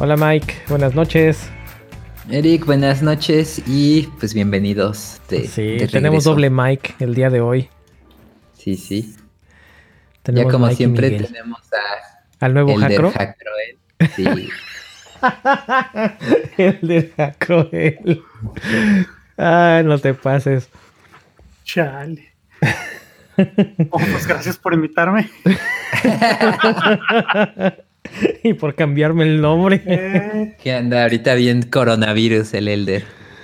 Hola Mike, buenas noches. Eric, buenas noches y pues bienvenidos de tenemos regreso. doble Mike el día de hoy. Sí. Tenemos ya como Mike siempre Miguel. tenemos al nuevo Elder Hackroel. Sí. Elder Hackroel. Ay, no te pases. Chale. Pues gracias por invitarme. Y por cambiarme el nombre. ¿Qué anda? Ahorita bien coronavirus el Elder.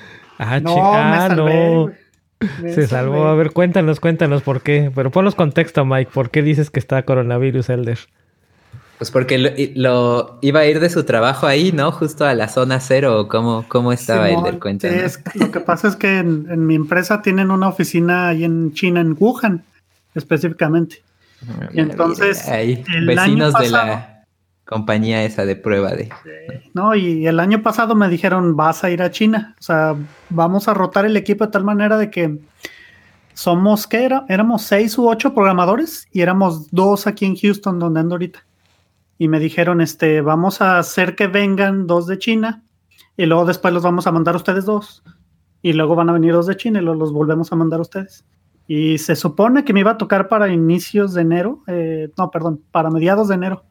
No. Se salvó. A ver, cuéntanos por qué. Pero ponnos contexto, Mike. ¿Por qué dices que está coronavirus, Elder? Pues porque lo iba a ir de su trabajo ahí, ¿no? Justo a la zona cero. ¿Cómo estaba Elder? Cuéntanos. Lo que pasa es que en mi empresa tienen una oficina ahí en China, en Wuhan, específicamente. Y entonces, ahí, el vecinos año pasado, de la compañía esa de prueba de... No, y el año pasado me dijeron, vas a ir a China. O sea, vamos a rotar el equipo de tal manera de que somos, ¿qué era? Éramos 6 u 8 programadores y éramos 2 aquí en Houston, donde ando ahorita. Y me dijeron, vamos a hacer que vengan 2 de China y luego después los vamos a mandar a ustedes 2. Y luego van a venir 2 de China y los volvemos a mandar a ustedes. Y se supone que me iba a tocar para inicios de enero. Para mediados de enero.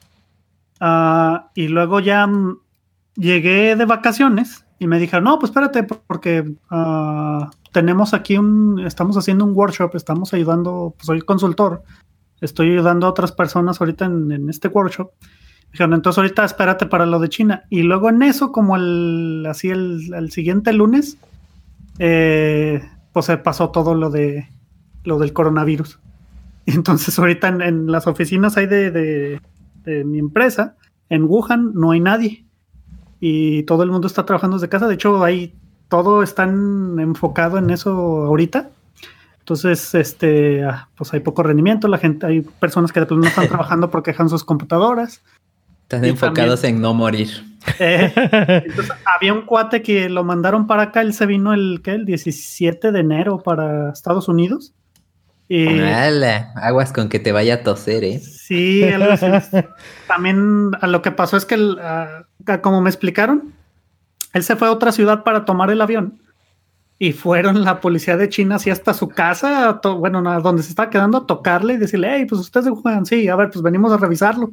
Y luego ya llegué de vacaciones y me dijeron, no, pues espérate, porque tenemos aquí estamos haciendo un workshop, estamos ayudando, pues soy consultor, estoy ayudando a otras personas ahorita en este workshop. Me dijeron, entonces ahorita espérate para lo de China. Y luego en eso, como el siguiente lunes, pues se pasó todo lo del coronavirus. Y entonces ahorita en las oficinas hay de mi empresa, en Wuhan no hay nadie y todo el mundo está trabajando desde casa. De hecho, todo están enfocado en eso ahorita. Entonces, pues hay poco rendimiento. Hay personas que de plano no están trabajando porque dejan sus computadoras. Están enfocados en no morir. Entonces, había un cuate que lo mandaron para acá. Él se vino el 17 de enero para Estados Unidos. Aguas con que te vaya a toser, ¿eh? Sí, también lo que pasó es que, como me explicaron, él se fue a otra ciudad para tomar el avión y fueron la policía de China así hasta su casa, donde se estaba quedando, a tocarle y decirle, hey, pues ustedes juegan, sí, a ver, pues venimos a revisarlo.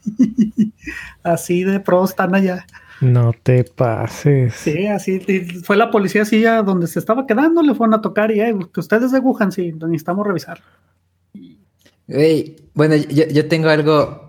Así de pros están allá. No te pases. Sí, así fue la policía así a donde se estaba quedando, le fueron a tocar y que ustedes de Wuhan, sí, necesitamos revisarlo. Bueno, yo tengo algo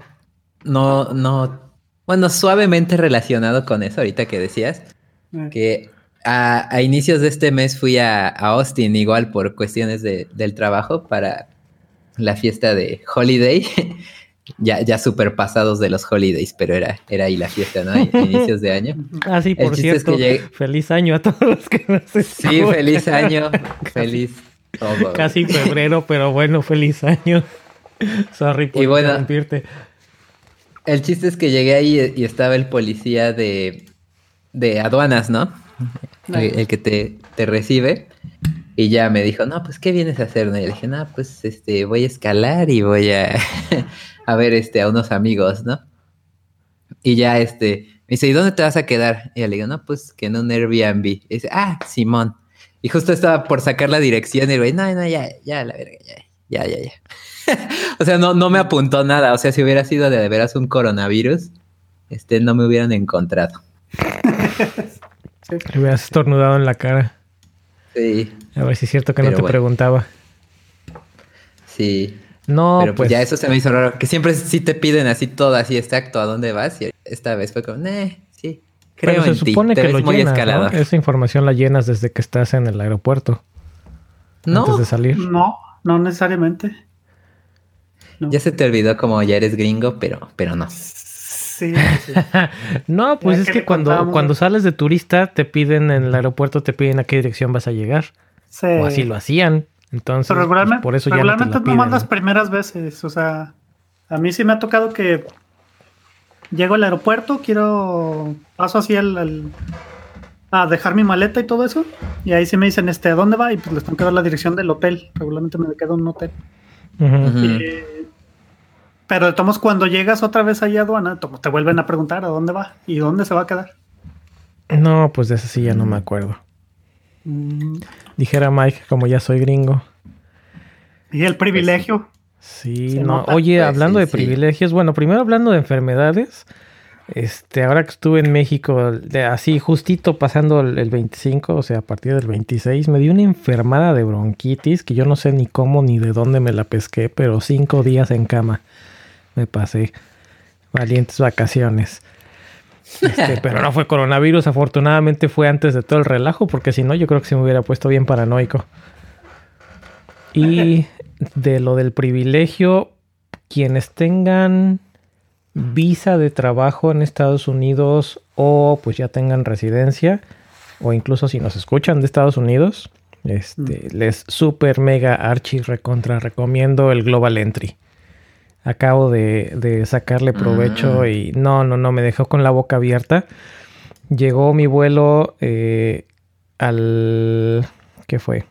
suavemente relacionado con eso ahorita que decías, que a inicios de este mes fui a Austin igual por cuestiones del trabajo para la fiesta de Holiday. Ya super pasados de los holidays, pero era ahí la fiesta, ¿no? A inicios de año. Sí, por cierto, feliz año a todos los que nos escuchan. Sí, feliz año, feliz todo. Casi febrero, pero bueno, feliz año. Sorry por interrumpirte. El chiste es que llegué ahí y estaba el policía de aduanas, ¿no? El que te recibe. Y ya me dijo, no, pues, ¿qué vienes a hacer? Y le dije, no, pues, voy a escalar y voy a ver, a unos amigos, ¿no? Y ya, me dice, ¿y dónde te vas a quedar? Y yo le digo, no, pues, que en un Airbnb. Y dice, Simón. Y justo estaba por sacar la dirección y el güey, no, ya, la verga, ya. O sea, no me apuntó nada. O sea, si hubiera sido de veras un coronavirus, no me hubieran encontrado. Le hubieras estornudado en la cara. Sí. A ver si es cierto que no te preguntaba. Sí. No, pero pues ya eso se me hizo raro. Que siempre sí te piden así todo, así exacto, a dónde vas. Y esta vez fue como, sí, creo pero en ti. se supone que lo muy llenas, escalador, ¿no? Esa información la llenas desde que estás en el aeropuerto. ¿No? Antes de salir. No necesariamente. No. Ya se te olvidó como ya eres gringo, pero no. Sí. No, pues es que cuando sales de turista te piden en el aeropuerto, te piden a qué dirección vas a llegar. Sí. O así lo hacían. Entonces, pero regularmente, pues por eso ya regularmente no te la piden, las primeras veces. O sea, a mí sí me ha tocado que llego al aeropuerto, paso así a dejar mi maleta y todo eso. Y ahí sí me dicen, ¿a dónde va? Y pues les tengo que dar la dirección del hotel. Regularmente me quedo en un hotel. Uh-huh. Pero de todos, cuando llegas otra vez allá a aduana, te vuelven a preguntar a dónde va y dónde se va a quedar. No, pues de eso sí ya no me acuerdo. Dijera Mike, como ya soy gringo. Y el privilegio. Sí, no. Oye, hablando de privilegios, bueno, primero hablando de enfermedades. Ahora que estuve en México, así justito pasando el 25, o sea, a partir del 26, me dio una enfermada de bronquitis que yo no sé ni cómo ni de dónde me la pesqué, pero 5 días en cama me pasé. Valientes vacaciones. Pero no fue coronavirus, afortunadamente fue antes de todo el relajo, porque si no, yo creo que se me hubiera puesto bien paranoico. Y de lo del privilegio, quienes tengan visa de trabajo en Estados Unidos o pues ya tengan residencia, o incluso si nos escuchan de Estados Unidos, les super mega archi recontra recomiendo el Global Entry. Acabo de sacarle provecho y no, me dejó con la boca abierta. Llegó mi vuelo ¿qué fue?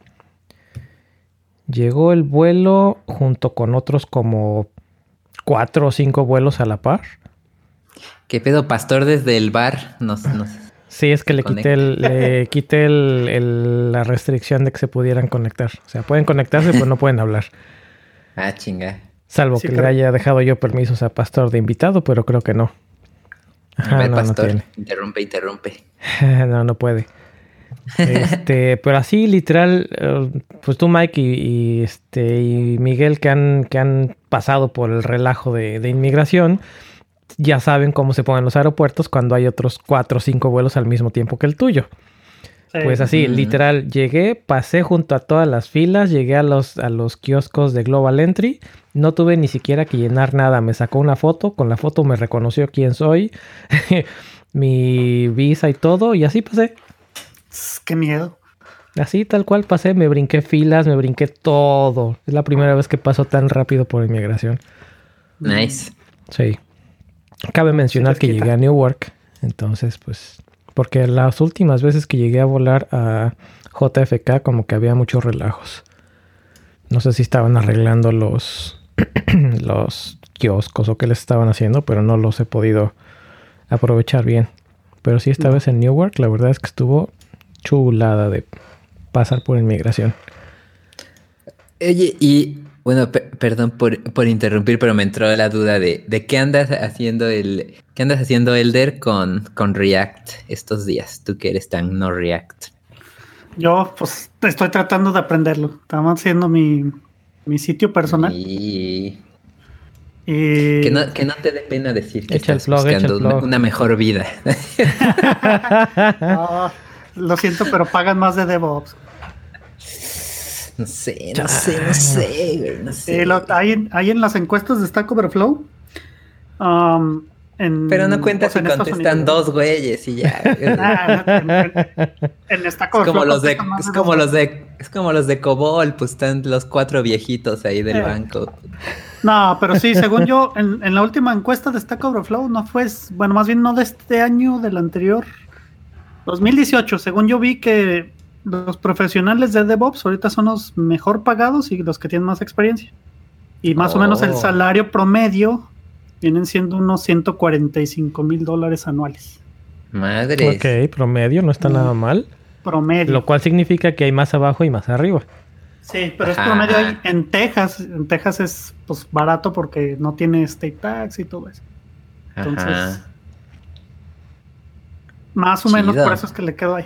Llegó el vuelo junto con otros como 4 o 5 vuelos a la par. ¿Qué pedo, pastor desde el bar? Sí, es que le quité la restricción de que se pudieran conectar. O sea, pueden conectarse, pero no pueden hablar. Ah, chinga. Salvo que le haya dejado yo permisos a Pastor de invitado, pero creo que no. A ver, Pastor, interrumpe. No puede. Pero así literal, pues tú, Mike, y Miguel, que han pasado por el relajo de inmigración, ya saben cómo se ponen los aeropuertos cuando hay otros 4 o 5 vuelos al mismo tiempo que el tuyo. Sí. Pues así, literal, llegué, pasé junto a todas las filas, llegué a los kioscos de Global Entry, no tuve ni siquiera que llenar nada, me sacó una foto, con la foto me reconoció quién soy, mi visa y todo, y así pasé. ¡Qué miedo! Así tal cual pasé, me brinqué filas, me brinqué todo. Es la primera vez que paso tan rápido por inmigración. Nice. Sí. Cabe mencionar que llegué a Newark, entonces pues... Porque las últimas veces que llegué a volar a JFK como que había muchos relajos. No sé si estaban arreglando los kioscos o qué les estaban haciendo, pero no los he podido aprovechar bien. Pero sí, esta vez en Newark, la verdad es que estuvo chulada de pasar por inmigración. Oye, y bueno, perdón por interrumpir, pero me entró la duda de qué andas haciendo Elder con React estos días, tú que eres tan no React. Yo pues estoy tratando de aprenderlo. Estamos haciendo mi sitio personal. Y que no te dé pena decir que estás buscando una mejor vida. No, lo siento, pero pagan más de DevOps. No sé. Hay en las encuestas de Stack Overflow. Pero no cuenta si contestan 2 güeyes y ya. En Stack Overflow es como los de Cobol, pues están los 4 viejitos ahí del banco. No, pero sí, según yo, en la última encuesta de Stack Overflow, no fue, bueno, más bien no de este año, del anterior, 2018, según yo vi que los profesionales de DevOps ahorita son los mejor pagados y los que tienen más experiencia. Y más o menos el salario promedio vienen siendo unos $145,000 anuales. Madre. Ok, promedio, no está nada mal. Promedio. Lo cual significa que hay más abajo y más arriba. Sí, pero es promedio ahí en Texas. En Texas es pues barato porque no tiene state tax y todo eso. Entonces, más o menos por eso es que le quedo ahí.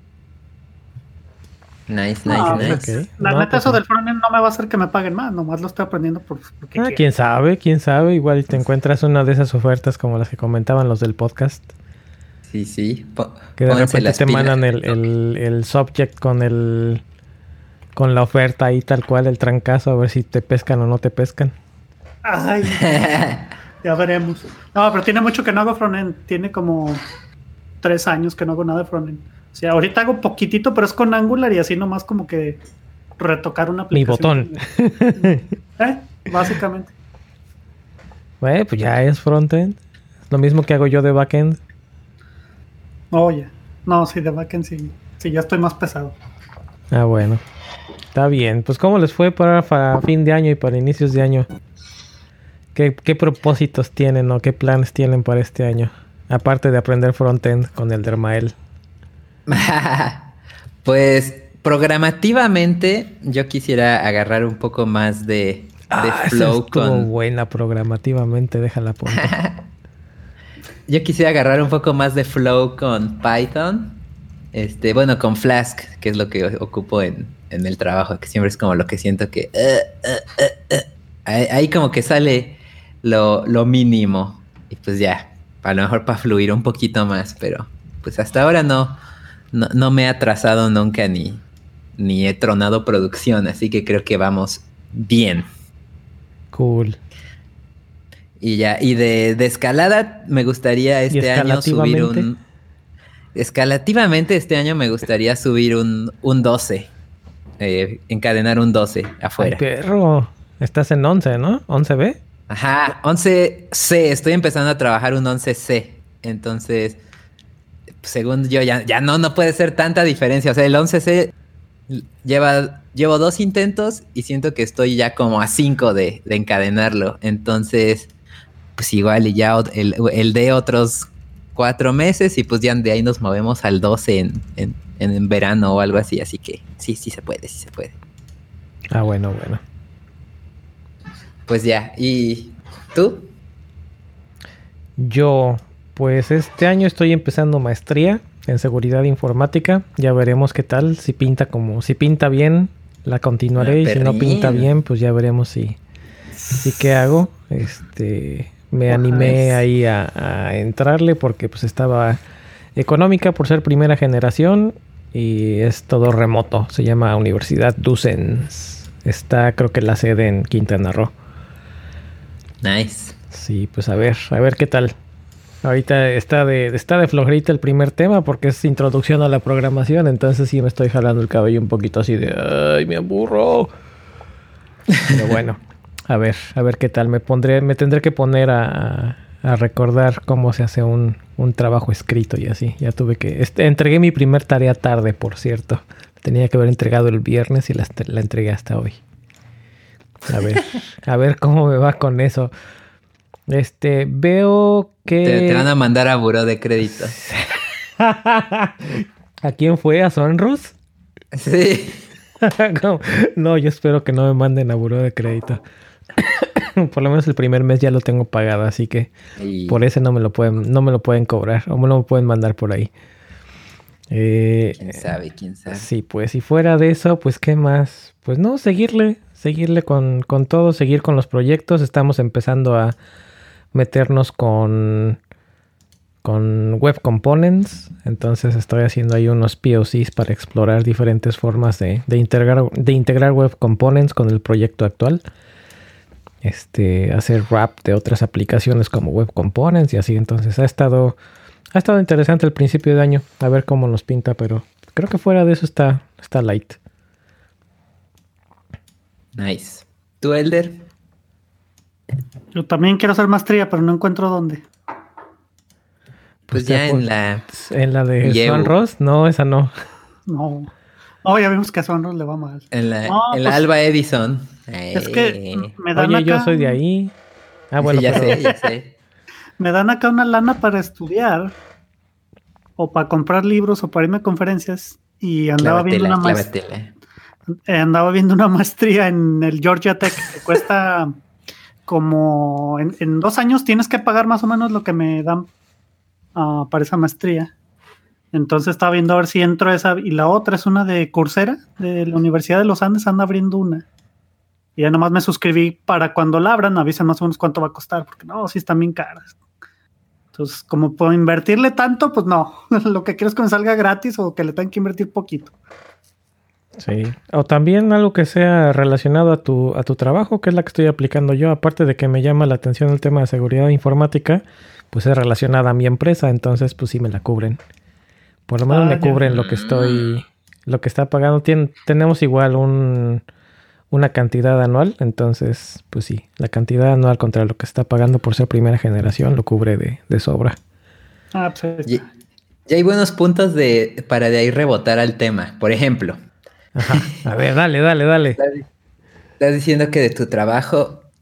Nice. Okay. La neta, eso del frontend no me va a hacer que me paguen más, nomás lo estoy aprendiendo porque quién sabe, igual te encuentras una de esas ofertas como las que comentaban los del podcast. Sí. Que de repente te mandan el subject con la oferta ahí tal cual, el trancazo, a ver si te pescan o no te pescan. Ay, ya veremos. No, pero tiene mucho que no hago frontend, tiene como 3 años que no hago nada de frontend. O sea, ahorita hago poquitito, pero es con Angular y así nomás como que retocar una aplicación. Mi botón. Básicamente. Bueno, pues ya es frontend. Lo mismo que hago yo de backend. Oye, no, sí, de backend sí, ya estoy más pesado. Ah, bueno. Está bien. Pues ¿cómo les fue para fin de año y para inicios de año? ¿Qué propósitos tienen o qué planes tienen para este año? Aparte de aprender frontend con el Dermael. Pues programativamente yo quisiera agarrar un poco más de flow con... buena programativamente, déjala poner. Yo quisiera agarrar un poco más de flow con Python. Bueno, con Flask, que es lo que ocupo en el trabajo, que siempre es como lo que siento que... Ahí como que sale lo mínimo. Y pues ya, a lo mejor para fluir un poquito más, pero pues hasta ahora no me he atrasado nunca ni he tronado producción, así que creo que vamos bien. Cool. Y ya, y de escalada me gustaría este año subir un... Escalativamente este año me gustaría subir un 12. Encadenar un 12 afuera. Ay, perro. Estás en 11, ¿no? ¿11B? Ajá, 11C. Estoy empezando a trabajar un 11C. Entonces, según yo, ya no puede ser tanta diferencia. O sea, el 11C llevo 2 intentos y siento que estoy ya como a 5 de encadenarlo. Entonces, pues igual y ya el de otros 4 meses y pues ya de ahí nos movemos al 12 en verano o algo así. Así que sí se puede. Ah, bueno. Pues ya, ¿y tú? Yo, pues este año estoy empezando maestría en seguridad informática. Ya veremos qué tal. Si pinta bien, la continuaré. Y si no pinta bien, pues ya veremos si qué hago. Me animé ahí a entrarle porque pues estaba económica por ser primera generación y es todo remoto. Se llama Universidad Dussens. Está, creo que la sede en Quintana Roo. Nice. Sí, pues a ver qué tal. Ahorita está de flojerita el primer tema porque es introducción a la programación, entonces sí me estoy jalando el cabello un poquito así de ¡ay, me aburro! Pero bueno, a ver qué tal. Me tendré que poner a recordar cómo se hace un trabajo escrito y así. Ya tuve que... entregué mi primer tarea tarde, por cierto. Tenía que haber entregado el viernes y la entregué hasta hoy. A ver cómo me va con eso. Veo que... Te van a mandar a buró de crédito. ¿A quién fue? ¿A Sonrus? Sí. No, yo espero que no me manden a buró de crédito. Por lo menos el primer mes ya lo tengo pagado, así que por ese no me lo pueden cobrar o me lo pueden mandar por ahí. ¿Quién sabe? Sí, pues si fuera de eso, pues ¿qué más? Pues no, seguirle con todo, seguir con los proyectos. Estamos empezando a meternos con Web Components. Entonces estoy haciendo ahí unos POCs para explorar diferentes formas de integrar Web Components con el proyecto actual. Hacer wrap de otras aplicaciones como Web Components y así. Entonces ha estado interesante el principio de año. A ver cómo nos pinta, pero creo que fuera de eso está light. Nice. ¿Tú, Elder? Yo también quiero hacer maestría, pero no encuentro dónde. Pues ya en la de Sonrus, no, esa no. No, ya vimos que a Sonrus le va mal. En la Alba Edison. Es que me dan acá... yo soy de ahí. Ah, bueno, sí, ya sé. Me dan acá una lana para estudiar o para comprar libros o para irme a conferencias y andaba viendo una maestría en el Georgia Tech que cuesta como en 2 años tienes que pagar más o menos lo que me dan para esa maestría. Entonces estaba viendo a ver si entro a esa. Y la otra es una de Coursera, de la Universidad de los Andes, anda abriendo una. Y ya nomás me suscribí para cuando la abran, avisan más o menos cuánto va a costar, porque no, sí están bien caras. Entonces, como puedo invertirle tanto, pues no. Lo que quiero es que me salga gratis o que le tengan que invertir poquito. Sí. O también algo que sea relacionado a tu trabajo, que es la que estoy aplicando yo. Aparte de que me llama la atención el tema de seguridad informática, pues es relacionada a mi empresa, entonces pues sí me la cubren. Por lo menos me cubren lo que está pagando. Tenemos igual una cantidad anual, entonces pues sí, la cantidad anual contra lo que está pagando por ser primera generación lo cubre de sobra. Pues ya hay buenos puntos para de ahí rebotar al tema. Por ejemplo, ajá. A ver, dale. Estás diciendo que de tu trabajo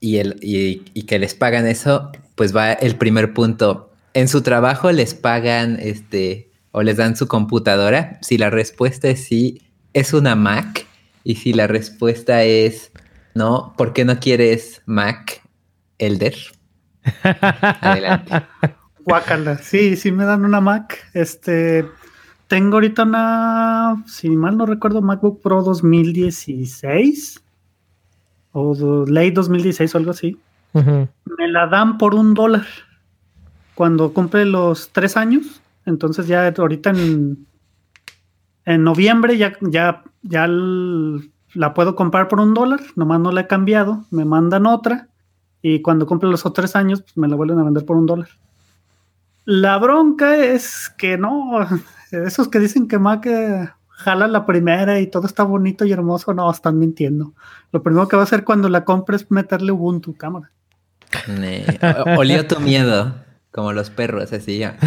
y que les pagan eso, pues va el primer punto. En su trabajo les pagan o les dan su computadora. Si la respuesta es sí, es una Mac. Y si la respuesta es no, ¿por qué no quieres Mac Elder? Adelante. Guácala, sí me dan una Mac. Tengo ahorita una, si mal no recuerdo, MacBook Pro 2016 o late 2016 o algo así. Uh-huh. Me la dan por $1 cuando cumple los 3 años. Entonces ya ahorita en noviembre ya la puedo comprar por $1. Nomás no la he cambiado. Me mandan otra y cuando cumple los otros 3 años pues me la vuelven a vender por $1. La bronca es que no, esos que dicen que Mac jala la primera y todo está bonito y hermoso, no, están mintiendo. Lo primero que va a hacer cuando la compre es meterle Ubuntu, cámara. Olió tu miedo, como los perros, así ya.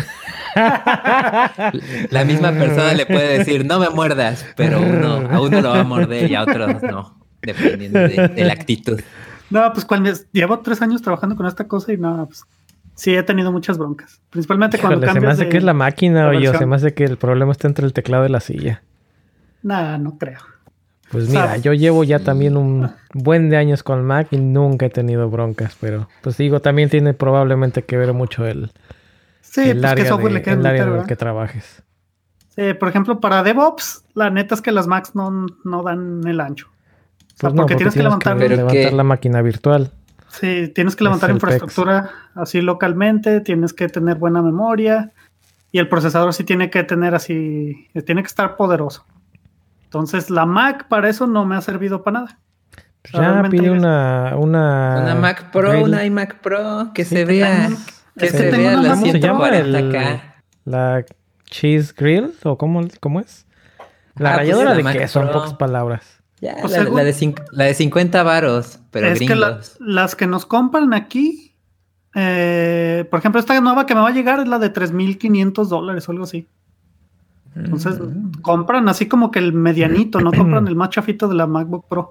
La misma persona le puede decir, no me muerdas, pero a uno lo va a morder y a otros no, dependiendo de la actitud. No, pues cuando llevo 3 años trabajando con esta cosa y no, pues sí he tenido muchas broncas. Principalmente cuando cambias. Se me hace que es la máquina, o se me hace que el problema está entre el teclado y la silla. Nah, no creo. Pues mira, yo llevo ya también un buen de años con Mac y nunca he tenido broncas, pero pues digo, también tiene probablemente que ver mucho el área en el que trabajes. Sí, por ejemplo, para DevOps, la neta es que las Macs no dan el ancho. O sea, pues porque tienes que levantar la máquina virtual. Sí, tienes que levantar infraestructura así localmente, tienes que tener buena memoria y el procesador sí tiene que tener tiene que estar poderoso. Entonces la Mac para eso no me ha servido para nada. Ya pide una Mac Pro, una iMac Pro que se vea la 140K. La Cheese Grill, o ¿cómo es? La ralladora de queso, en pocas palabras. Ya, la de 50 varos, pero es gringos. Que las que nos compran aquí, por ejemplo, esta nueva que me va a llegar es la de $3,500 o algo así. Entonces, compran así como que el medianito, no compran el más chafito de la MacBook Pro.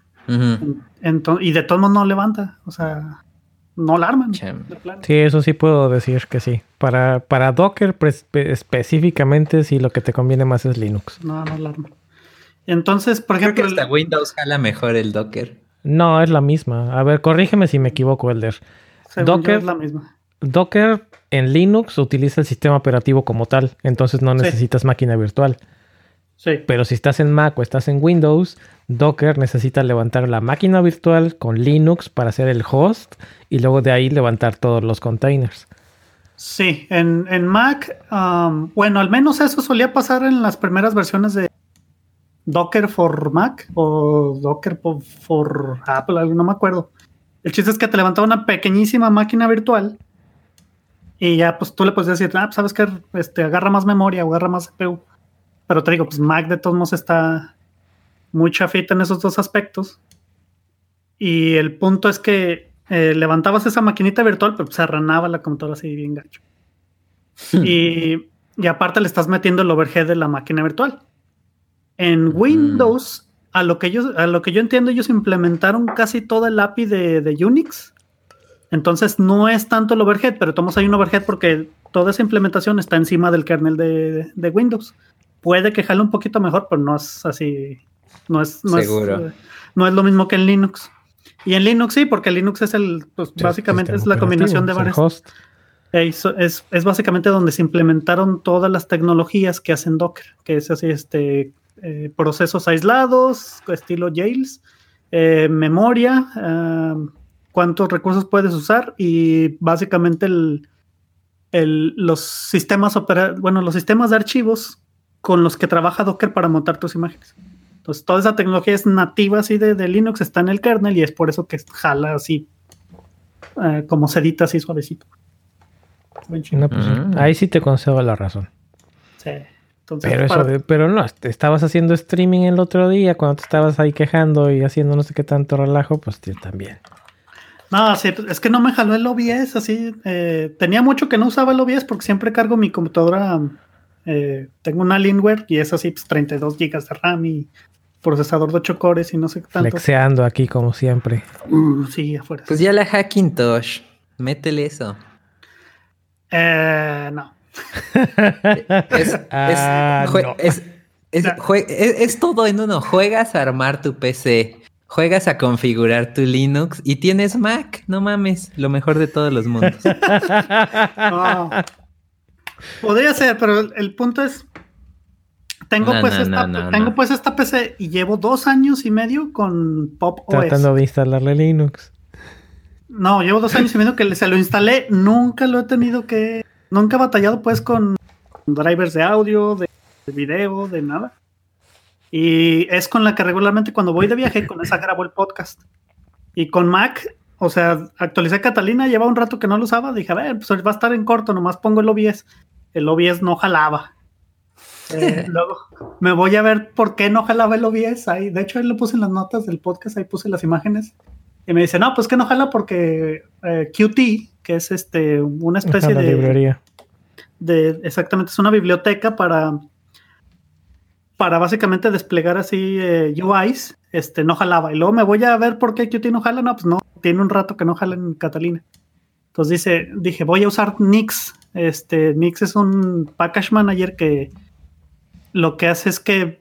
Y de todos modos no levanta, o sea, no la arman. Sí, eso sí puedo decir que sí. Para Docker específicamente, sí, lo que te conviene más es Linux. No la arman. Entonces, por ejemplo... Creo que hasta Windows jala mejor el Docker. No, es la misma. A ver, corrígeme si me equivoco, Elder. Docker es la misma. Docker en Linux utiliza el sistema operativo como tal, entonces no necesitas máquina virtual. Sí. Pero si estás en Mac o estás en Windows, Docker necesita levantar la máquina virtual con Linux para hacer el host y luego de ahí levantar todos los containers. Sí, en Mac, bueno, al menos eso solía pasar en las primeras versiones de Docker for Mac o Docker for Apple, no me acuerdo. El chiste es que te levantaba una pequeñísima máquina virtual y ya pues tú le puedes decir, pues sabes que agarra más memoria o agarra más CPU. Pero te digo, pues Mac de todos modos está muy chafita en esos dos aspectos. Y el punto es que levantabas esa maquinita virtual, pero pues, se arranaba la computadora así bien gacho. Y aparte le estás metiendo el overhead de la máquina virtual. En Windows, a lo que yo entiendo, ellos implementaron casi todo el API de Unix. Entonces no es tanto el overhead, pero todos hay un overhead porque toda esa implementación está encima del kernel de Windows. Puede que jale un poquito mejor, pero no es así. No es lo mismo que en Linux. Y en Linux sí, porque Linux es básicamente es la combinación de varios. Es básicamente donde se implementaron todas las tecnologías que hacen Docker, que es así, procesos aislados, estilo Jails, memoria, cuántos recursos puedes usar y básicamente los sistemas de archivos con los que trabaja Docker para montar tus imágenes. Entonces toda esa tecnología es nativa así de Linux, está en el kernel y es por eso que jala así como sedita así suavecito. No, pues, ahí sí te concedo la razón. Sí. Entonces, pero no, estabas haciendo streaming el otro día cuando te estabas ahí quejando y haciendo no sé qué tanto relajo, pues tío, también. No, sí, es que no me jaló el OBS así. Tenía mucho que no usaba el OBS porque siempre cargo mi computadora. Tengo una Alienware y es así, pues 32 GB de RAM y procesador de 8 cores y no sé qué tanto. Flexeando aquí como siempre. Sí, afuera. Pues ya la Hackintosh, métele eso. No. Es todo en uno. Juegas a armar tu PC, juegas a configurar tu Linux y tienes Mac. No mames, lo mejor de todos los mundos. No. Podría ser, pero el punto es, tengo esta PC y llevo 2 años y medio con Pop! OS. Tratando de instalarle Linux. No, llevo 2 años y medio que se lo instalé. Nunca he batallado pues con drivers de audio, de video, de nada. Y es con la que regularmente cuando voy de viaje, con esa grabo el podcast. Y con Mac, o sea, actualicé Catalina, lleva un rato que no lo usaba. Dije, a ver, pues va a estar en corto, nomás pongo el OBS. El OBS no jalaba. Luego me voy a ver por qué no jalaba el OBS. Ahí, de hecho, ahí lo puse en las notas del podcast, ahí puse las imágenes. Y me dice, no, pues que no jala porque Qt, que es una especie de librería. Exactamente, es una biblioteca para básicamente desplegar así UIs, no jalaba. Y luego me voy a ver por qué Qt no jala. No, pues no, tiene un rato que no jala en Catalina. Entonces dije, voy a usar Nix. Nix es un package manager que lo que hace es que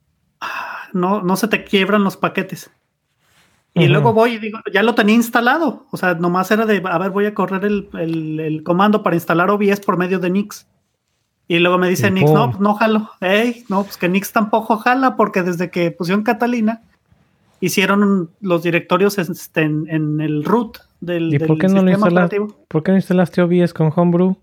no se te quiebran los paquetes. Y luego voy y digo, ya lo tenía instalado. O sea, nomás era de, a ver, voy a correr el comando para instalar OBS por medio de Nix. Y luego me dice Nix, no, pues no jalo. No, pues que Nix tampoco jala porque desde que pusieron Catalina, hicieron los directorios en el root del sistema operativo. ¿Por qué no instalaste OBS con Homebrew?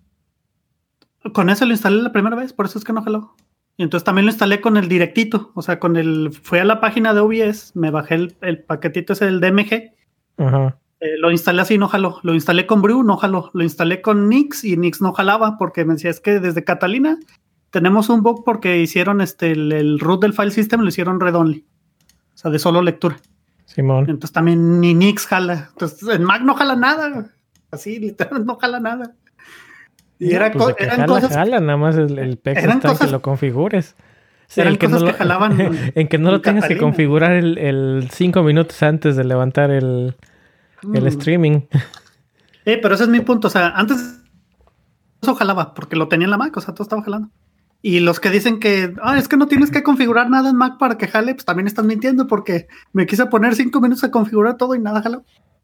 Con eso lo instalé la primera vez, por eso es que no jaló. Y entonces también lo instalé con el directito. O sea, fui a la página de OBS, me bajé el paquetito ese del DMG. Ajá. Lo instalé así, no jaló. Lo instalé con Brew, no jaló. Lo instalé con Nix y Nix no jalaba porque me decía, es que desde Catalina tenemos un bug porque hicieron el root del file system, lo hicieron read-only. O sea, de solo lectura. Simón. Entonces también ni Nix jala. Entonces en Mac no jala nada. Así, literalmente no jala nada. Y eran cosas... Jala, nada más el PEX está en que lo configures. Sí, eran cosas que jalaban. En que no lo tengas que configurar el 5 minutos antes de levantar el streaming. Pero ese es mi punto. O sea, antes eso jalaba porque lo tenía en la Mac. O sea, todo estaba jalando. Y los que dicen que es que no tienes que configurar nada en Mac para que jale, pues también están mintiendo porque me quise poner 5 minutos a configurar todo y nada jaló.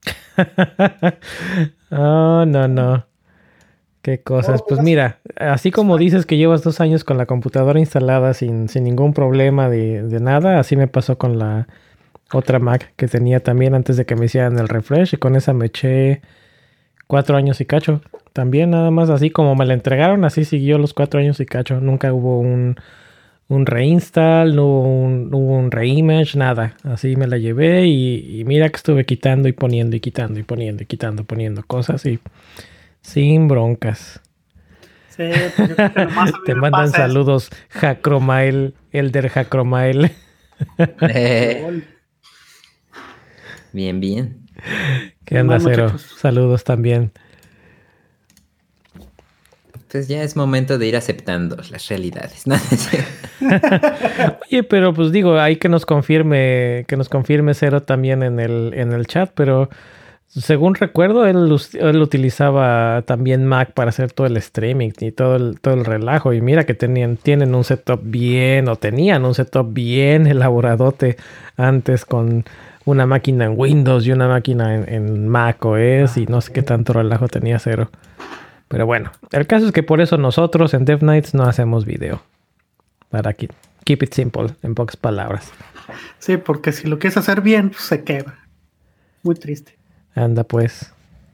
No. Qué cosas. Pues mira, así como dices que llevas 2 años con la computadora instalada sin ningún problema de nada, así me pasó con la otra Mac que tenía también antes de que me hicieran el refresh, y con esa me eché 4 años y cacho. También nada más así como me la entregaron, así siguió los 4 años y cacho. Nunca hubo un reinstall, no hubo un reimage, nada. Así me la llevé y mira que estuve quitando y poniendo y quitando y poniendo y quitando, poniendo cosas y sin broncas. Sí, yo creo que nomás te mandan saludos, Jacromail, Elder Jacromail. Bien. ¿Qué anda, Cero? Saludos también. Pues ya es momento de ir aceptando las realidades, ¿no? Oye, pero pues digo, hay que nos confirme Cero también en el chat, pero según recuerdo, él utilizaba también Mac para hacer todo el streaming y todo el relajo. Y mira que tenían un setup bien elaboradote antes con una máquina en Windows y una máquina en Mac OS y no sé qué tanto relajo tenía Cero. Pero bueno, el caso es que por eso nosotros en Dev Nights no hacemos video. Para keep it simple, en pocas palabras. Sí, porque si lo quieres hacer bien, pues se quebra. Muy triste. Anda pues.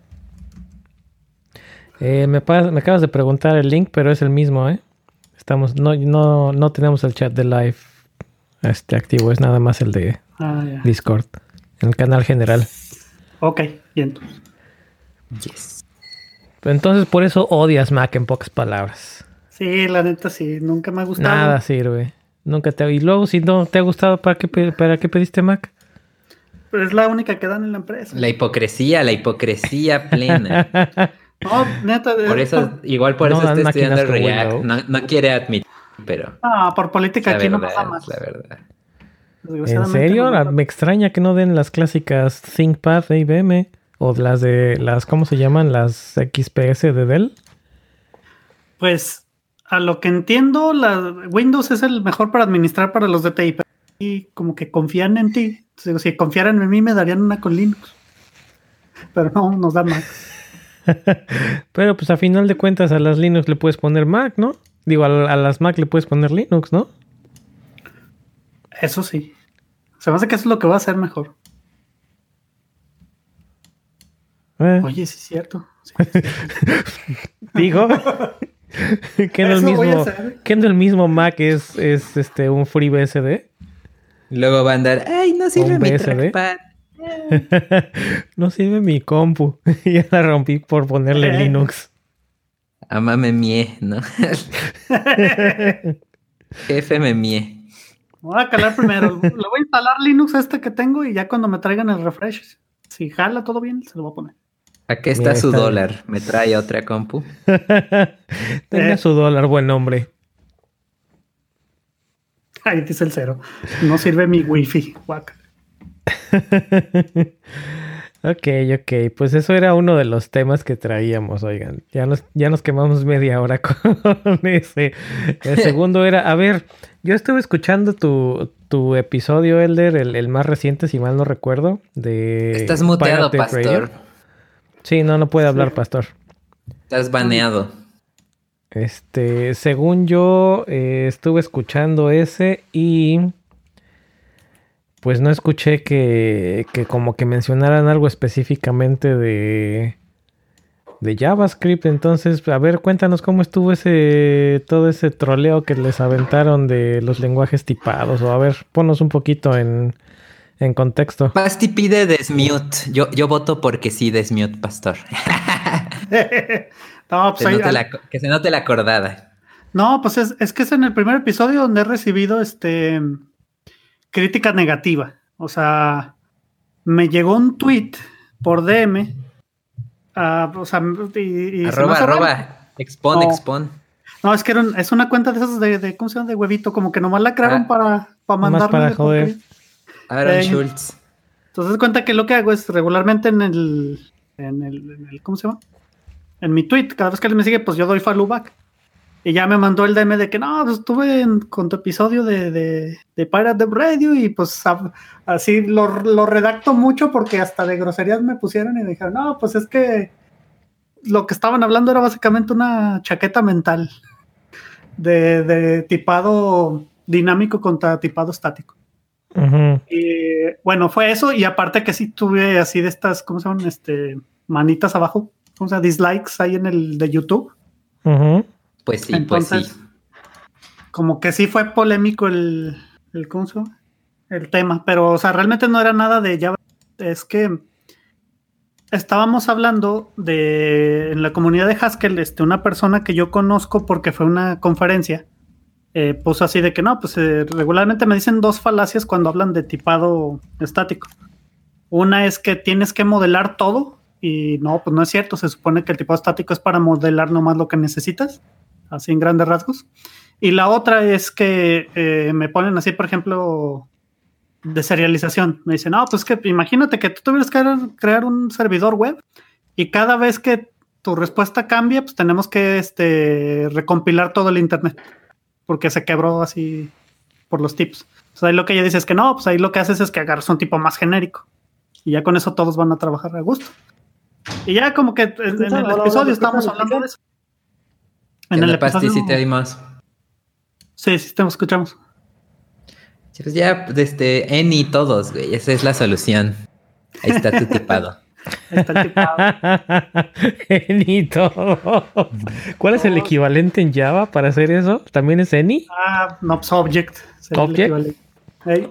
Me acabas de preguntar el link, pero es el mismo, ¿eh? No tenemos el chat de live activo, es nada más el de Discord, en el canal general. Ok, bien. Yes. Entonces por eso odias Mac en pocas palabras. Sí, la neta sí, nunca me ha gustado. Nada sirve. Y luego si no te ha gustado, ¿para qué pediste Mac? Pero es la única que dan en la empresa. La hipocresía plena. No, neta. Por eso está estudiando React. No quiere admitir, pero... por política aquí no pasa más. La verdad. ¿En serio? Me extraña que no den las clásicas ThinkPad de IBM o las ¿cómo se llaman? Las XPS de Dell. Pues, a lo que entiendo, Windows es el mejor para administrar para los de TI, y como que confían en ti. Entonces, si confiaran en mí, me darían una con Linux. Pero no, nos dan Mac. Pero pues a final de cuentas a las Linux le puedes poner Mac, ¿no? Digo, a las Mac le puedes poner Linux, ¿no? Eso sí. Se me hace que eso es lo que va a ser mejor. Oye, sí es cierto. Sí, Digo, que no el mismo Mac es un FreeBSD. Luego va a andar, ay, no sirve mi trackpad. No sirve mi compu. Ya la rompí por ponerle Linux. Amame mie, ¿no? Jefe me mie. Me voy a calar primero. Le voy a instalar Linux que tengo y ya cuando me traigan el refresh, si jala todo bien, se lo voy a poner. Aquí está su dólar. ¿Me trae otra compu? Tenga su dólar, buen hombre. Ahí dice el 0. No sirve mi wifi. Guaca. Ok. Pues eso era uno de los temas que traíamos, oigan. Ya nos quemamos media hora con ese. El segundo era, a ver, yo estuve escuchando tu episodio, Elder, el más reciente, si mal no recuerdo, de... Estás muteado, Pastor. Radio. Sí, no puede hablar, Pastor. Estás baneado. Según yo, estuve escuchando ese y... pues no escuché que como que mencionaran algo específicamente de JavaScript. Entonces, a ver, cuéntanos cómo estuvo todo ese troleo que les aventaron de los lenguajes tipados. O a ver, ponnos un poquito en contexto. Basti pide desmute. Yo voto porque sí desmute, Pastor. No, pues que se note la acordada. No, pues es que es en el primer episodio donde he recibido crítica negativa. O sea, me llegó un tweet por DM. O sea, arroba. Expon. No, es que es una cuenta de esas de ¿cómo se llama? De huevito. Como que nomás la crearon para mandarme. Para joder. Aaron Schultz. Entonces cuenta que lo que hago es regularmente en el ¿cómo se llama? En mi tweet, cada vez que alguien me sigue, pues yo doy follow back. Y ya me mandó el DM de que no, pues estuve con tu episodio de Pirate Radio y pues así lo redacto mucho porque hasta de groserías me pusieron y me dijeron, no, pues es que lo que estaban hablando era básicamente una chaqueta mental de tipado dinámico contra tipado estático. Uh-huh. Y bueno, fue eso y aparte que sí tuve así de estas, ¿cómo se llaman? Manitas abajo, ¿cómo se llama? Dislikes ahí en el de YouTube. Uh-huh. Pues sí, entonces, como que sí fue polémico el ¿cómo se llama? El tema, pero o sea, realmente no era nada de Java, es que estábamos hablando en la comunidad de Haskell, una persona que yo conozco porque fue una conferencia, puso así de que no, pues regularmente me dicen dos falacias cuando hablan de tipado estático. Una es que tienes que modelar todo y no, pues no es cierto, se supone que el tipado estático es para modelar nomás lo que necesitas. Así en grandes rasgos. Y la otra es que me ponen así, por ejemplo, de serialización. Me dicen, no, pues que imagínate que tú tuvieras que crear un servidor web y cada vez que tu respuesta cambia, pues tenemos que recompilar todo el internet porque se quebró así por los tips. Entonces ahí lo que ella dice es que no, pues ahí lo que haces es que agarras un tipo más genérico y ya con eso todos van a trabajar a gusto. Y ya como que en el episodio estábamos hablando de eso. En el episodio sí te dimos. Sí, te escuchamos. Sí, pues ya, Eni todos, güey. Esa es la solución. Ahí está tu tipado. Ahí está el tipado. Eni todos. ¿Cuál es el equivalente en Java para hacer eso? ¿También es Eni? No, pues Object. Object. Hey.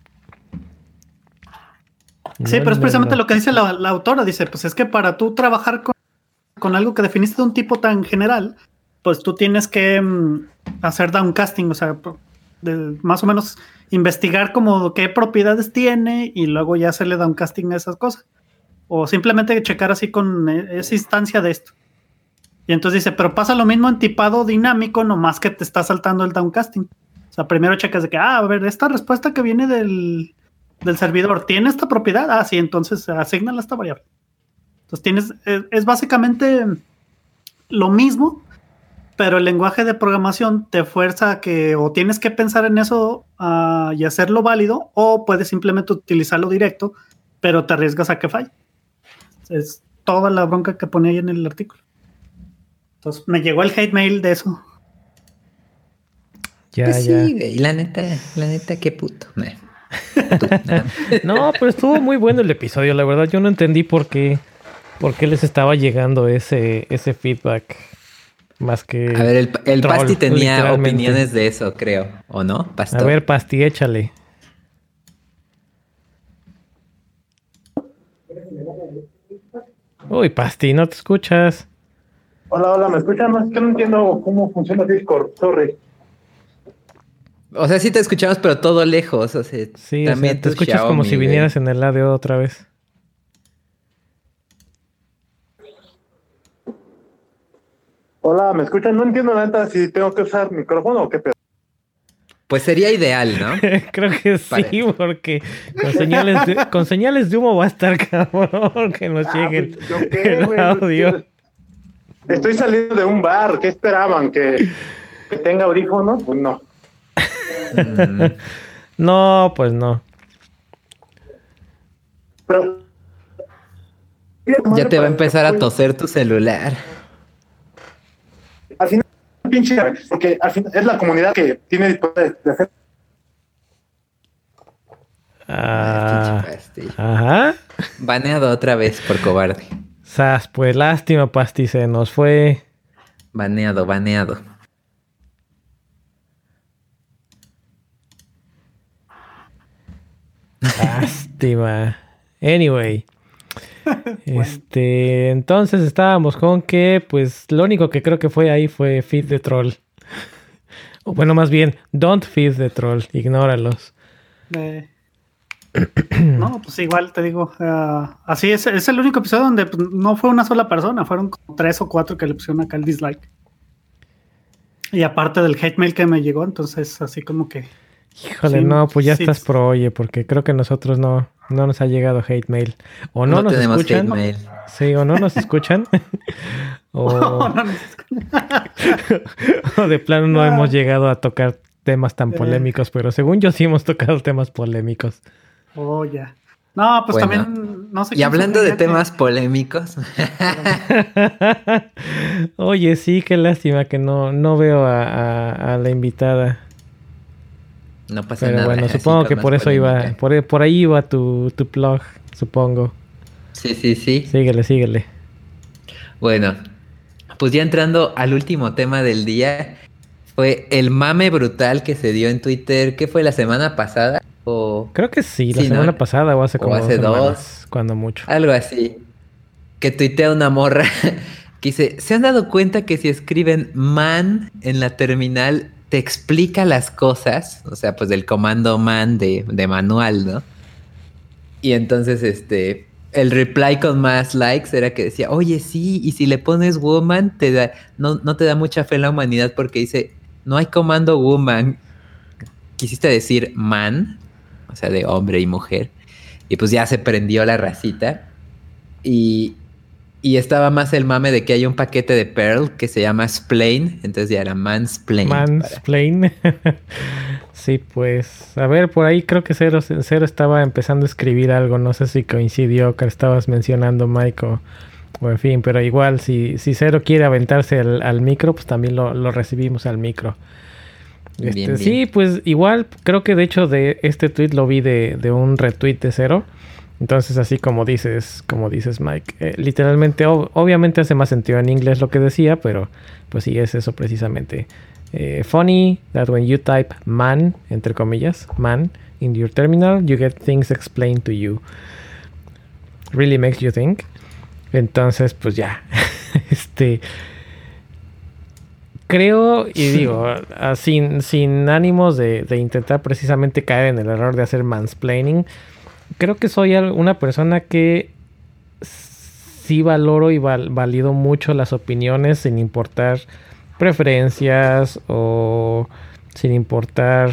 Sí, pero es precisamente lo que dice la autora. Dice, pues es que para tú trabajar con algo que definiste de un tipo tan general, pues tú tienes que hacer downcasting, o sea, más o menos investigar como qué propiedades tiene y luego ya hacerle downcasting a esas cosas. O simplemente checar así con esa instancia de esto. Y entonces dice, pero pasa lo mismo en tipado dinámico, nomás que te está saltando el downcasting. O sea, primero checas de que, a ver, esta respuesta que viene del servidor, ¿tiene esta propiedad? Ah, sí, entonces asignala esta variable. Entonces es básicamente lo mismo, pero el lenguaje de programación te fuerza a que o tienes que pensar en eso y hacerlo válido, o puedes simplemente utilizarlo directo, pero te arriesgas a que falle. Es toda la bronca que pone ahí en el artículo. Entonces me llegó el hate mail de eso. Pues sí, güey, la neta, qué puto. No, pero estuvo muy bueno el episodio, la verdad. Yo no entendí por qué les estaba llegando ese feedback. Más que... A ver, el troll, Pasti tenía opiniones de eso, creo. ¿O no, Pastor? A ver, Pasti, échale. Uy, Pasti, no te escuchas. Hola, ¿me escuchan? No, es que no entiendo cómo funciona Discord, sorry. O sea, sí te escuchamos, pero todo lejos. O sea, sí, también te escuchas Xiaomi, como si vinieras en el audio otra vez. Hola, ¿me escuchan? No entiendo nada si tengo que usar micrófono o qué pedo. Pues sería ideal, ¿no? Creo que sí, porque con señales de humo va a estar cabrón que nos llegue el audio. Estoy saliendo de un bar, ¿qué esperaban? ¿Que tenga audífonos? Pues no. No, pues no. Pero ya te va a empezar a toser tu celular. Al final, pinche, porque al final es la comunidad que tiene disponibilidad de hacer. Ajá. Baneado otra vez por cobarde. Sas, pues lástima, Pasti, se nos fue. Baneado. Lástima. Anyway. Entonces estábamos con que, pues, lo único que creo que fue ahí fue feed the troll. O bueno, más bien, don't feed the troll, ignóralos. No, pues igual te digo, así es el único episodio donde pues, no fue una sola persona, fueron como 3 o 4 que le pusieron acá el dislike. Y aparte del hate mail que me llegó, entonces así como que... Híjole, sí, no, pues ya sí, estás pro, oye, porque creo que nosotros no nos ha llegado hate mail. O no nos escuchan. Hate mail. Sí, o no nos escuchan. o de plano no hemos llegado a tocar temas tan polémicos, pero según yo sí hemos tocado temas polémicos. Oh, ya. No, pues bueno, también no sé. Y hablando de temas polémicos. Oye, sí, qué lástima que no veo a la invitada. No pasa pero nada. Bueno, supongo que por eso polémica. Por ahí iba tu plug, supongo. Sí. Síguele. Bueno, pues ya entrando al último tema del día, fue el mame brutal que se dio en Twitter. ¿Qué fue la semana pasada? Creo que sí, la semana pasada o hace como hace 2 semanas, cuando mucho. Algo así. Que tuitea una morra que dice, ¿se han dado cuenta que si escriben man en la terminal te explica las cosas? O sea, pues del comando man de manual, ¿no? Y entonces el reply con más likes era que decía, oye, sí, y si le pones woman, no te da mucha fe en la humanidad porque dice, no hay comando woman. Quisiste decir man, o sea, de hombre y mujer. Y pues ya se prendió la racita. Y estaba más el mame de que hay un paquete de Perl que se llama Splain. Entonces ya era mansplain. Mansplain. Sí, pues. A ver, por ahí creo que Cero estaba empezando a escribir algo. No sé si coincidió que estabas mencionando, Mike, o en fin. Pero igual, si Cero quiere aventarse al micro, pues también lo recibimos al micro. Bien. Sí, pues igual creo que de hecho de este tweet lo vi de un retweet de Cero. Entonces así como dices Mike, literalmente obviamente hace más sentido en inglés lo que decía, pero pues sí es eso precisamente. Funny that when you type man, entre comillas, man, in your terminal, you get things explained to you. Really makes you think. Entonces pues ya, creo y digo, sin ánimos de intentar precisamente caer en el error de hacer mansplaining, creo que soy una persona que sí valoro y valido mucho las opiniones sin importar preferencias o sin importar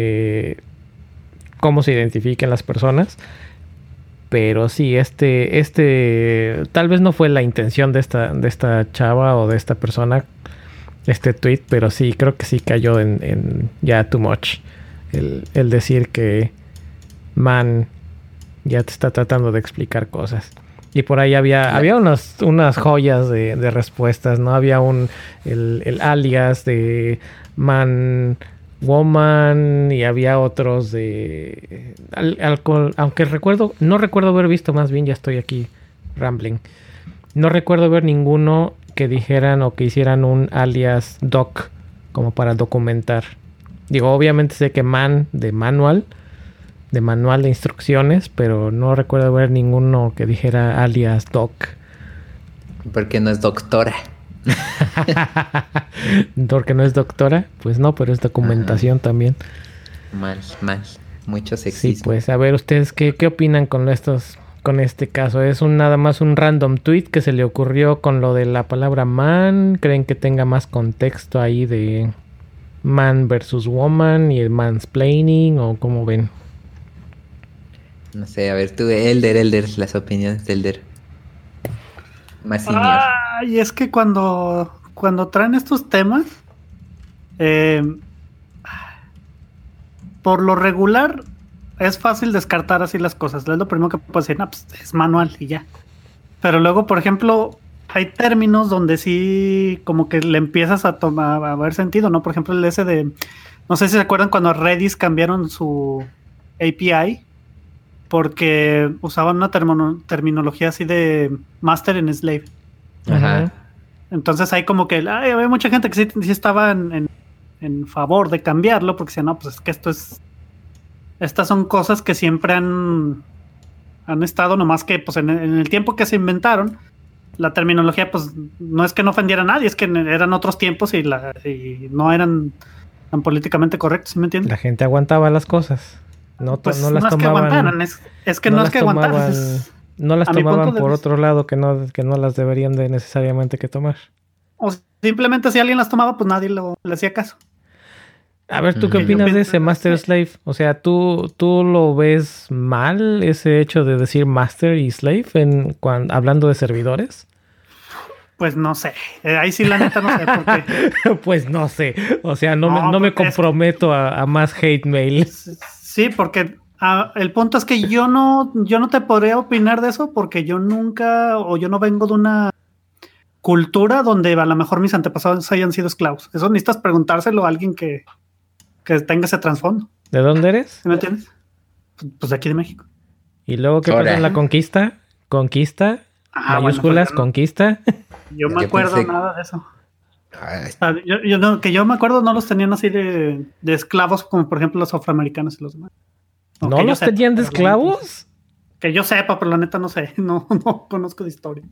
cómo se identifiquen las personas. Pero sí, tal vez no fue la intención de esta chava o de esta persona, este tweet, pero sí, creo que sí cayó en ya too much. El decir que man ya te está tratando de explicar cosas. Y por ahí había unas joyas de respuestas, ¿no? Había el alias de man... Woman, y había otros de aunque no recuerdo haber visto, más bien ya estoy aquí rambling, no recuerdo ver ninguno que dijeran o que hicieran un alias doc como para documentar. Digo, obviamente sé que man de manual de instrucciones, pero no recuerdo ver ninguno que dijera alias doc. Porque no es doctora. Porque no es doctora, pues no, pero es documentación también. Mal, mucho sexismo. Sí, pues a ver ustedes qué opinan con este caso. ¿Es nada más un random tweet que se le ocurrió con lo de la palabra man? ¿Creen que tenga más contexto ahí de man versus woman y el mansplaining, o cómo ven? No sé, a ver tú, Elder, las opiniones de Elder. Más senior. Y es que cuando traen estos temas, por lo regular es fácil descartar así las cosas. Es lo primero que puedo decir, pues es manual y ya. Pero luego, por ejemplo, hay términos donde sí como que le empiezas a ver sentido, ¿no? Por ejemplo, el ese de, no sé si se acuerdan cuando Redis cambiaron su API porque usaban una terminología así de master and slave. Ajá. Entonces hay como que había mucha gente que sí estaba en favor de cambiarlo, porque decían, no, pues es que estas son cosas que siempre han estado, nomás que pues en el tiempo que se inventaron, la terminología pues no es que no ofendiera a nadie, es que eran otros tiempos y no eran tan políticamente correctos, ¿sí me entiendes? La gente aguantaba las cosas. No las tomaban. Es que aguantaran, es que no es que aguantaran. No las tomaban por otro lado que no las deberían de necesariamente que tomar. O simplemente si alguien las tomaba, pues nadie le hacía caso. A ver, ¿tú qué opinas de ese Master Slave? O sea, ¿tú lo ves mal ese hecho de decir Master y Slave hablando de servidores? Pues no sé. Ahí sí la neta no sé por qué. Pues no sé. O sea, no me comprometo a más hate mail. Sí, porque el punto es que yo no te podría opinar de eso porque yo no vengo de una cultura donde a lo mejor mis antepasados hayan sido esclavos. Eso necesitas preguntárselo a alguien que tenga ese trasfondo. ¿De dónde eres? ¿Sí me entiendes? Pues de aquí de México. ¿Y luego qué pasa en la conquista? ¿Conquista? Mayúsculas, bueno, conquista. Yo me acuerdo nada de eso. Que yo me acuerdo no los tenían así de esclavos como por ejemplo los afroamericanos y los demás. ¿No los tenían de esclavos? Que yo sepa, pero la neta no sé. No conozco de historia.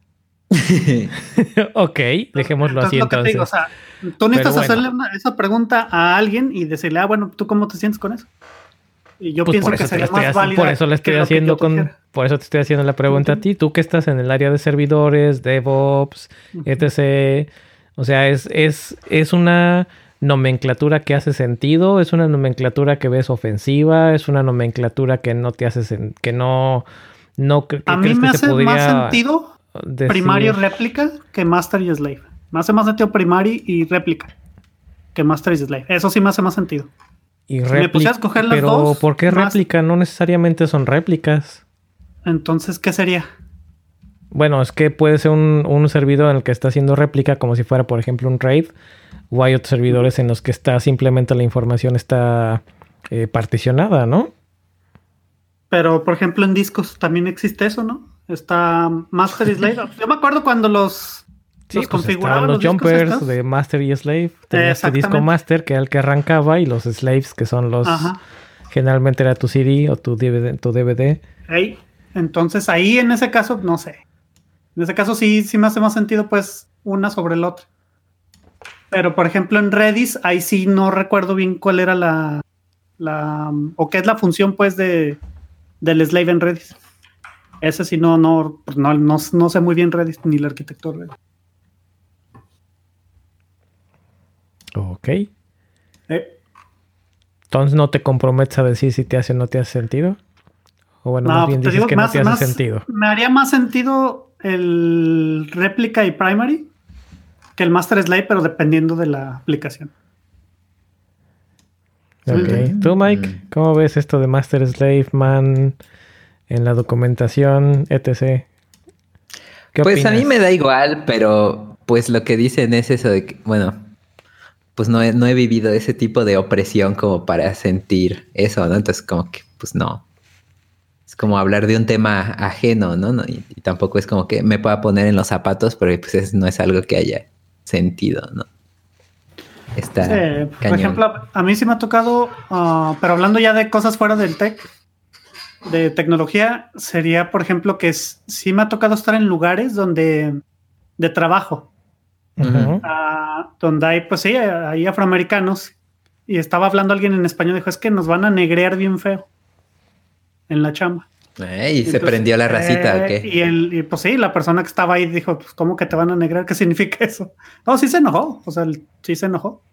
Ok, dejémoslo así entonces. Digo, o sea, tú necesitas hacerle esa pregunta a alguien y decirle, bueno, ¿tú cómo te sientes con eso? Y yo pienso que sería más válida. Por eso le estoy haciendo por eso te estoy haciendo la pregunta a ti. Tú que estás en el área de servidores, DevOps, etc. O sea, es una nomenclatura que hace sentido, es una nomenclatura que ves ofensiva, es una nomenclatura que no te hace que no a mí me hace más sentido primario y réplica que master y slave. Me hace más sentido primario y réplica que master y slave. Eso sí me hace más sentido. Y me puse a escoger las dos. Pero ¿por qué réplica? No necesariamente son réplicas. Entonces, ¿qué sería? Bueno, es que puede ser un servidor en el que está haciendo réplica como si fuera, por ejemplo, un RAID. O hay otros servidores en los que simplemente la información está particionada, ¿no? Pero, por ejemplo, en discos también existe eso, ¿no? Está Master y Slave. Yo me acuerdo cuando los configuraban los jumpers de Master y Slave. Tenías el disco Master, que era el que arrancaba, y los Slaves, que son los... Ajá. Generalmente era tu CD o tu DVD. Hey. Entonces, ahí en ese caso, no sé. En ese caso sí me hace más sentido, pues, una sobre la otra. Pero, por ejemplo, en Redis, ahí sí no recuerdo bien cuál era o qué es la función, pues, del slave en Redis. Ese sí no sé muy bien Redis, ni la arquitectura Redis. Ok. Entonces no te comprometes a decir si te hace o no te hace sentido. O bueno, No, más bien te dices digo que no te hace sentido. Me haría más sentido el réplica y primary que el master slave, pero dependiendo de la aplicación. Ok. ¿Tú, Mike? ¿Cómo ves esto de master slave, man, en la documentación, etc.? ¿Qué Pues opinas? a mí me da igual, pero pues lo que dicen es eso de que, bueno, pues no he vivido ese tipo de opresión como para sentir eso, ¿no? Entonces como que, pues no. Es como hablar de un tema ajeno, ¿no? Y tampoco es como que me pueda poner en los zapatos, porque pues no es algo que haya sentido, ¿no? Está Por cañón. ejemplo, a mí sí me ha tocado, pero hablando ya de cosas fuera del tech, de tecnología, sería, por ejemplo, que sí me ha tocado estar en lugares de trabajo, Ujú. donde hay, pues sí, hay afroamericanos, y estaba hablando alguien en español, dijo, es que nos van a negrear bien feo en la chamba. ¿Y se prendió la racita o qué? Y pues sí, la persona que estaba ahí dijo, pues ¿cómo que te van a negrear? ¿Qué significa eso? No, sí se enojó, o sea, sí se enojó.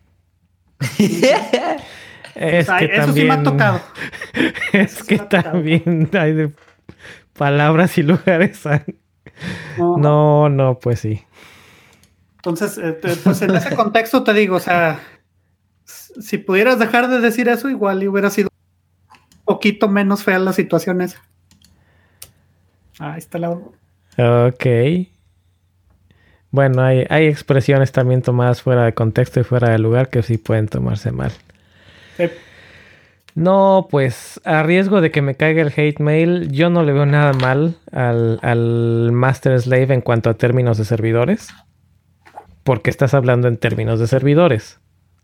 Es O sea, que eso sí me ha también... tocado. Es que también hay de palabras y lugares. No, pues sí. Entonces, pues en ese contexto te digo, o sea, si pudieras dejar de decir eso, igual y hubiera sido un poquito menos fea la situación esa. Ahí está la... Ok. Bueno, hay expresiones también tomadas fuera de contexto y fuera de lugar que sí pueden tomarse mal. No, pues a riesgo de que me caiga el hate mail, yo no le veo nada mal al master slave en cuanto a términos de servidores. Porque estás hablando en términos de servidores.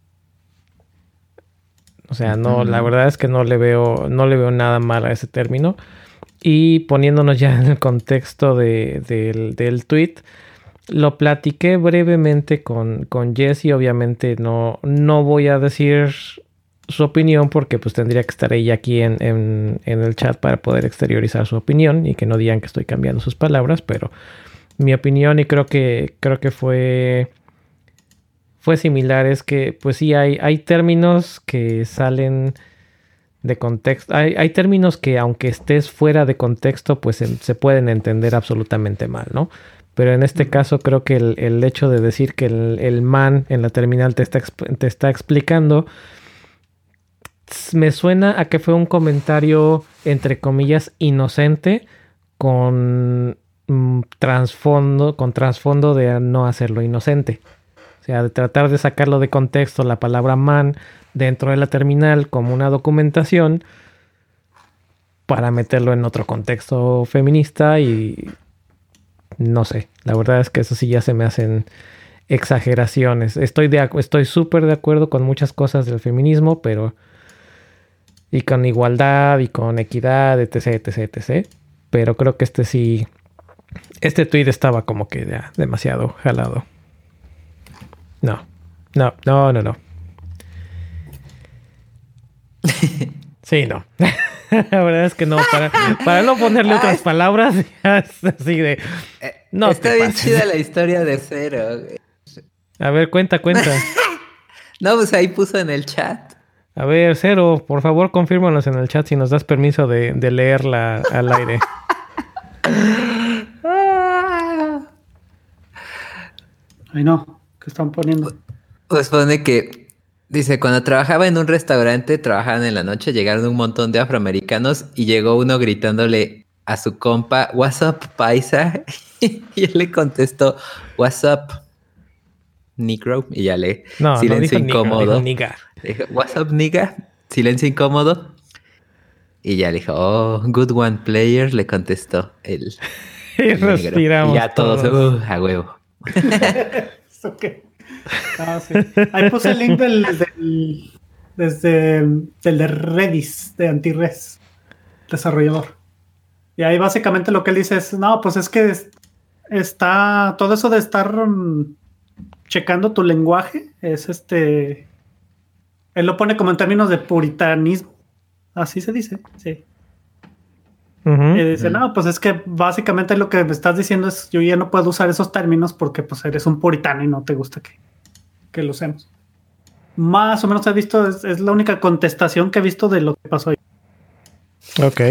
O sea, no, la verdad es que no le veo nada mal a ese término. Y poniéndonos ya en el contexto del tweet, lo platiqué brevemente con Jesse. Obviamente no voy a decir su opinión porque pues tendría que estar ella aquí en el chat para poder exteriorizar su opinión y que no digan que estoy cambiando sus palabras, pero mi opinión, y creo que fue similar, es que pues sí hay términos que salen de contexto. Hay términos que aunque estés fuera de contexto pues se pueden entender absolutamente mal, ¿no? Pero en este caso creo que el hecho de decir que el man en la terminal te está explicando, me suena a que fue un comentario entre comillas inocente con trasfondo de no hacerlo inocente. O sea, de tratar de sacarlo de contexto la palabra man dentro de la terminal como una documentación para meterlo en otro contexto feminista y no sé, la verdad es que eso sí ya se me hacen exageraciones. Estoy súper de acuerdo con muchas cosas del feminismo, pero y con igualdad y con equidad, etc. Pero creo que este tweet estaba como que ya demasiado jalado. No. Sí, no. La verdad es que no. Para no ponerle otras palabras, ya es así de... No está bien chida la historia de Cero. A ver, cuenta. No, pues ahí puso en el chat. A ver, Cero, por favor, confírmanos en el chat si nos das permiso de leerla al aire. Ay, no, ¿qué están poniendo? Pues pone que, dice, cuando trabajaba en un restaurante, trabajaban en la noche, llegaron un montón de afroamericanos y llegó uno gritándole a su compa, "What's up, paisa?" Y él le contestó, "What's up, negro?" Y ya silencio no dijo incómodo. nigga. Dijo, "What's up, nigga?" Silencio incómodo. Y ya le dijo, "Oh, good one, player", le contestó el Y negro. respiramos Y ya todos, a huevo. ¿Eso qué? Sí. Ahí puse el link del de Redis, de Antirres, desarrollador. Y ahí básicamente lo que él dice es, no, pues es que está todo eso de estar checando tu lenguaje, es él lo pone como en términos de puritanismo. Así se dice, sí. Uh-huh. Y dice, no, pues es que básicamente lo que me estás diciendo es, yo ya no puedo usar esos términos porque pues eres un puritano y no te gusta que lo usemos. más o menos he visto, es la única contestación que he visto de lo que pasó ahí. Ok.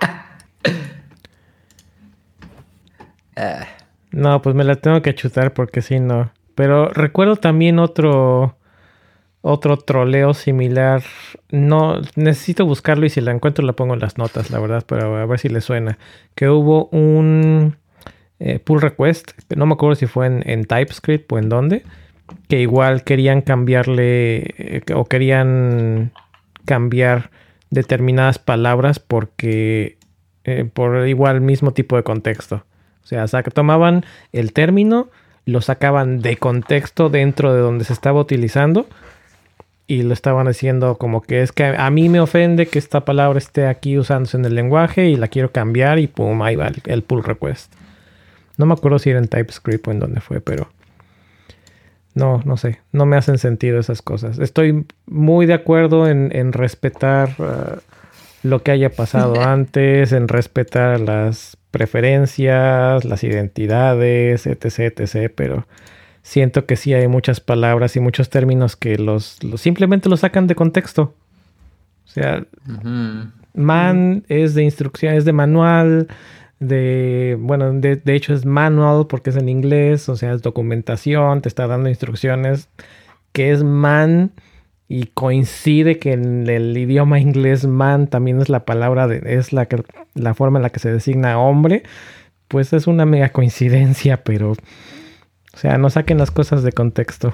No, pues me la tengo que chutar porque si no. Pero recuerdo también otro troleo similar. No, necesito buscarlo y si la encuentro la pongo en las notas, la verdad, pero a ver si le suena. Que hubo un pull request, no me acuerdo si fue en TypeScript o en dónde, que igual querían cambiarle o querían cambiar determinadas palabras porque por igual mismo tipo de contexto. O sea, tomaban el término, lo sacaban de contexto dentro de donde se estaba utilizando y lo estaban haciendo como que es que a mí me ofende que esta palabra esté aquí usándose en el lenguaje y la quiero cambiar y pum, ahí va el pull request. No me acuerdo si era en TypeScript o en dónde fue, pero no sé. No me hacen sentido esas cosas. Estoy muy de acuerdo en respetar lo que haya pasado antes, en respetar las preferencias, las identidades, etc, pero siento que sí hay muchas palabras y muchos términos que simplemente los sacan de contexto. O sea, man es de instrucción, es de manual, de hecho es manual porque es en inglés, o sea, es documentación, te está dando instrucciones, que es man, y coincide que en el idioma inglés man también es la palabra, es la forma en la que se designa hombre, pues es una mega coincidencia, pero, o sea, no saquen las cosas de contexto.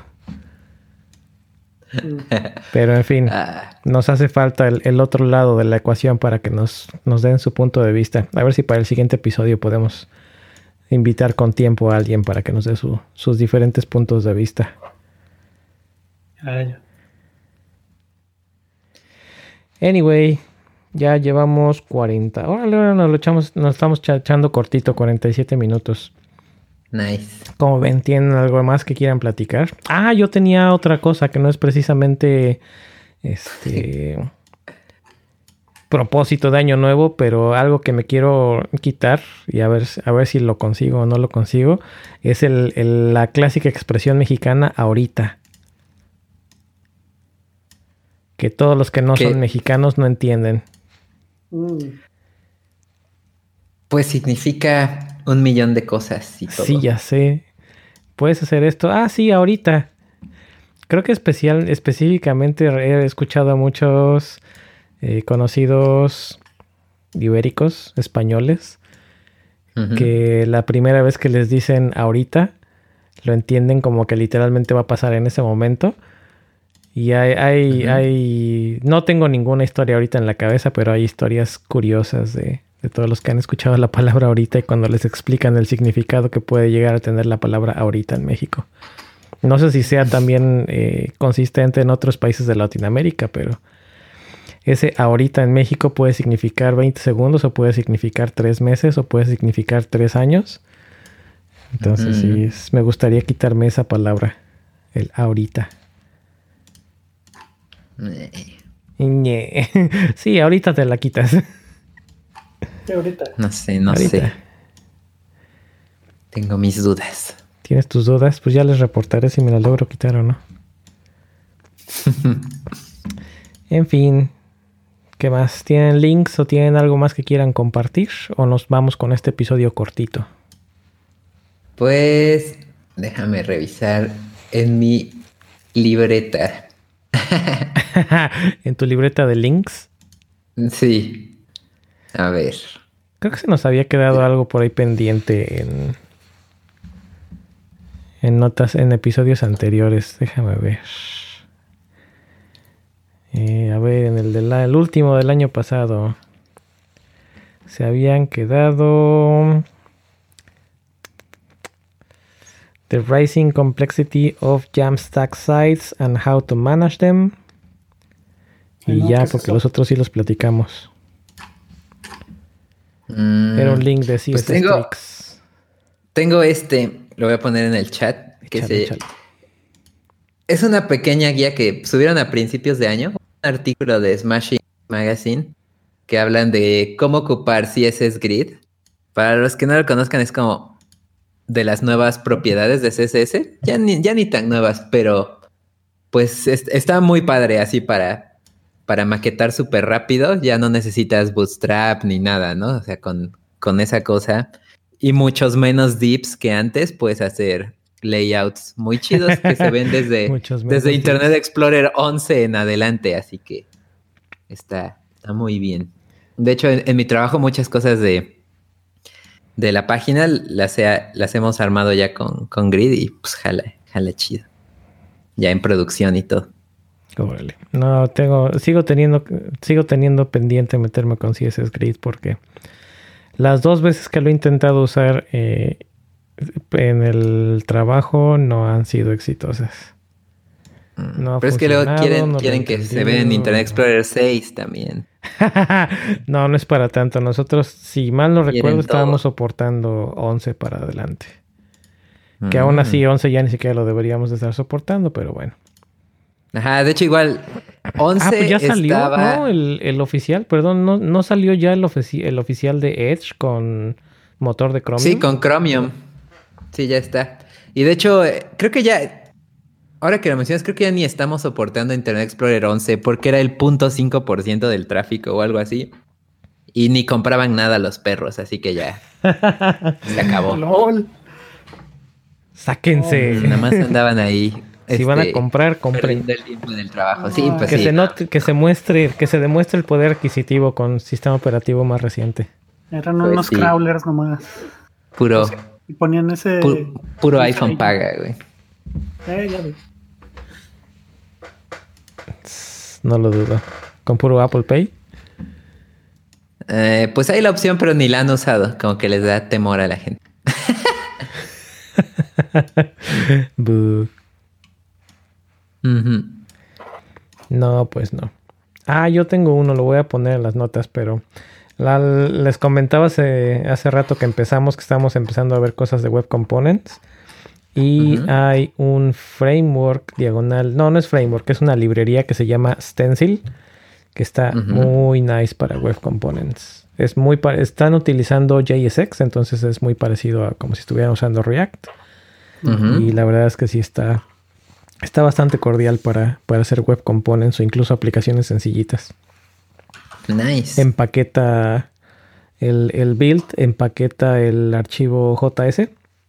Pero en fin, nos hace falta el otro lado de la ecuación para que nos den su punto de vista. A ver si para el siguiente episodio podemos invitar con tiempo a alguien para que nos dé sus diferentes puntos de vista. Anyway, ya llevamos 40. Ahora nos estamos echando cortito, 47 minutos. Nice. Como ven, ¿tienen algo más que quieran platicar? Yo tenía otra cosa que no es precisamente propósito de año nuevo, pero algo que me quiero quitar y a ver si lo consigo o no lo consigo. Es la clásica expresión mexicana ahorita. Que todos los que no son mexicanos no entienden. Pues significa 1,000,000 de cosas y todo. Sí, ya sé. Puedes hacer esto. Sí, ahorita. Creo que específicamente he escuchado a muchos conocidos ibéricos, españoles, que la primera vez que les dicen ahorita, lo entienden como que literalmente va a pasar en ese momento. Y hay no tengo ninguna historia ahorita en la cabeza, pero hay historias curiosas de todos los que han escuchado la palabra ahorita y cuando les explican el significado que puede llegar a tener la palabra ahorita en México. No sé si sea también consistente en otros países de Latinoamérica, pero ese ahorita en México puede significar 20 segundos o puede significar 3 meses o puede significar 3 años. Entonces sí, me gustaría quitarme esa palabra, el ahorita. Sí, ahorita te la quitas. Sí, ahorita. No sé. Tengo mis dudas. ¿Tienes tus dudas? Pues ya les reportaré si me la logro quitar o no. En fin. ¿Qué más? ¿Tienen links o tienen algo más que quieran compartir? ¿O nos vamos con este episodio cortito? Pues déjame revisar en mi libreta. ¿En tu libreta de links? Sí. A ver. Creo que se nos había quedado algo por ahí pendiente en notas, en episodios anteriores. Déjame ver. A ver, en el último del año pasado. Se habían quedado... The Rising Complexity of Jamstack Sites and How to Manage Them. Y ya, porque los otros sí los platicamos. Era un link de pues tengo lo voy a poner en el chat. Échale. Es una pequeña guía que subieron a principios de año. Un artículo de Smashing Magazine que hablan de cómo ocupar CSS Grid. Para los que no lo conozcan, es como de las nuevas propiedades de CSS. Ya ni tan nuevas, pero pues está muy padre así para maquetar súper rápido. Ya no necesitas Bootstrap ni nada, ¿no? O sea, con esa cosa y muchos menos dips que antes, puedes hacer layouts muy chidos que se ven desde Internet Explorer 11 en adelante. Así que está muy bien. De hecho, en mi trabajo muchas cosas de la página las hemos armado ya con Grid y pues jala chido. Ya en producción y todo. Órale. No, sigo teniendo pendiente meterme con CSS Grid porque las 2 veces que lo he intentado usar en el trabajo no han sido exitosas. No, pero es que luego quieren que se vea en Internet Explorer 6 también. No es para tanto. Nosotros, si mal no recuerdo, estábamos soportando 11 para adelante. Que aún así 11 ya ni siquiera lo deberíamos de estar soportando, pero bueno. Ajá, de hecho igual 11 pues ya salió, estaba... ¿no? El oficial, perdón, ¿no salió ya el oficial de Edge con motor de Chromium? Sí, con Chromium. Sí, ya está. Y de hecho, creo que ya... Ahora que lo mencionas, creo que ya ni estamos soportando Internet Explorer 11 porque era el 0.5% del tráfico o algo así. Y ni compraban nada los perros, así que ya se acabó. ¡Lol! ¡Sáquense! Nada más andaban ahí. Si van a comprar, compren. Perdiendo el tiempo del trabajo. Sí, pues que sí. se note, que se demuestre el poder adquisitivo con sistema operativo más reciente. Eran unos crawlers nomás. Puro. Y ponían ese... Puro iPhone paga, güey. Ya ves. No lo dudo. ¿Con puro Apple Pay? Pues hay la opción, pero ni la han usado. Como que les da temor a la gente. No, pues no. Yo tengo uno, lo voy a poner en las notas, pero les comentaba hace rato que estamos empezando a ver cosas de Web Components. Y hay un framework diagonal. No es framework, es una librería que se llama Stencil, que está muy nice para Web Components. Están utilizando JSX, entonces es muy parecido a como si estuvieran usando React. Y la verdad es que sí está bastante cordial para hacer Web Components o incluso aplicaciones sencillitas. Nice. Empaqueta el build, empaqueta el archivo JS.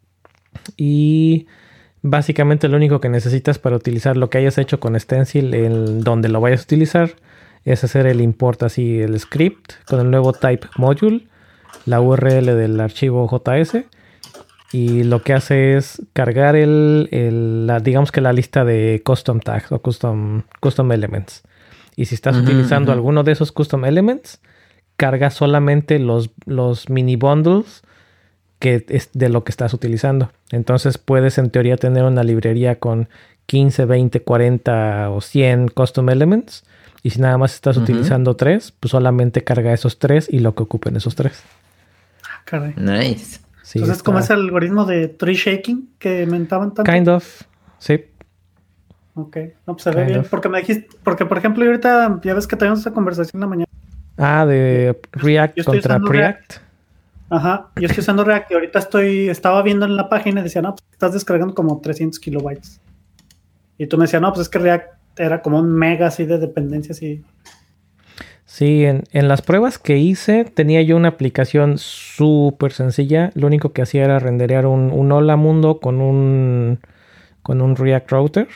Y básicamente lo único que necesitas para utilizar lo que hayas hecho con Stencil en donde lo vayas a utilizar es hacer el import así, el script con el nuevo type module, la URL del archivo JS, y lo que hace es cargar digamos que la lista de custom tags o custom elements. Y si estás utilizando alguno de esos custom elements, carga solamente los mini bundles que es de lo que estás utilizando. Entonces puedes en teoría tener una librería con 15, 20, 40 o 100 custom elements. Y si nada más estás utilizando 3, pues solamente carga esos 3 y lo que ocupen esos 3. Caray. Nice. Sí, entonces, ¿cómo es el algoritmo de tree shaking que mentaban tanto? Kind of, sí. Ok, no, pues se ve bien. Porque me dijiste, porque por ejemplo, ahorita ya ves que tenemos esta conversación en la mañana. De React contra Preact. Ajá, yo estoy usando React y ahorita estaba viendo en la página y decía, no, pues estás descargando como 300 kilobytes. Y tú me decías, no, pues es que React era como un mega así de dependencia así. Sí, en las pruebas que hice tenía yo una aplicación súper sencilla. Lo único que hacía era renderear un hola mundo con un React Router.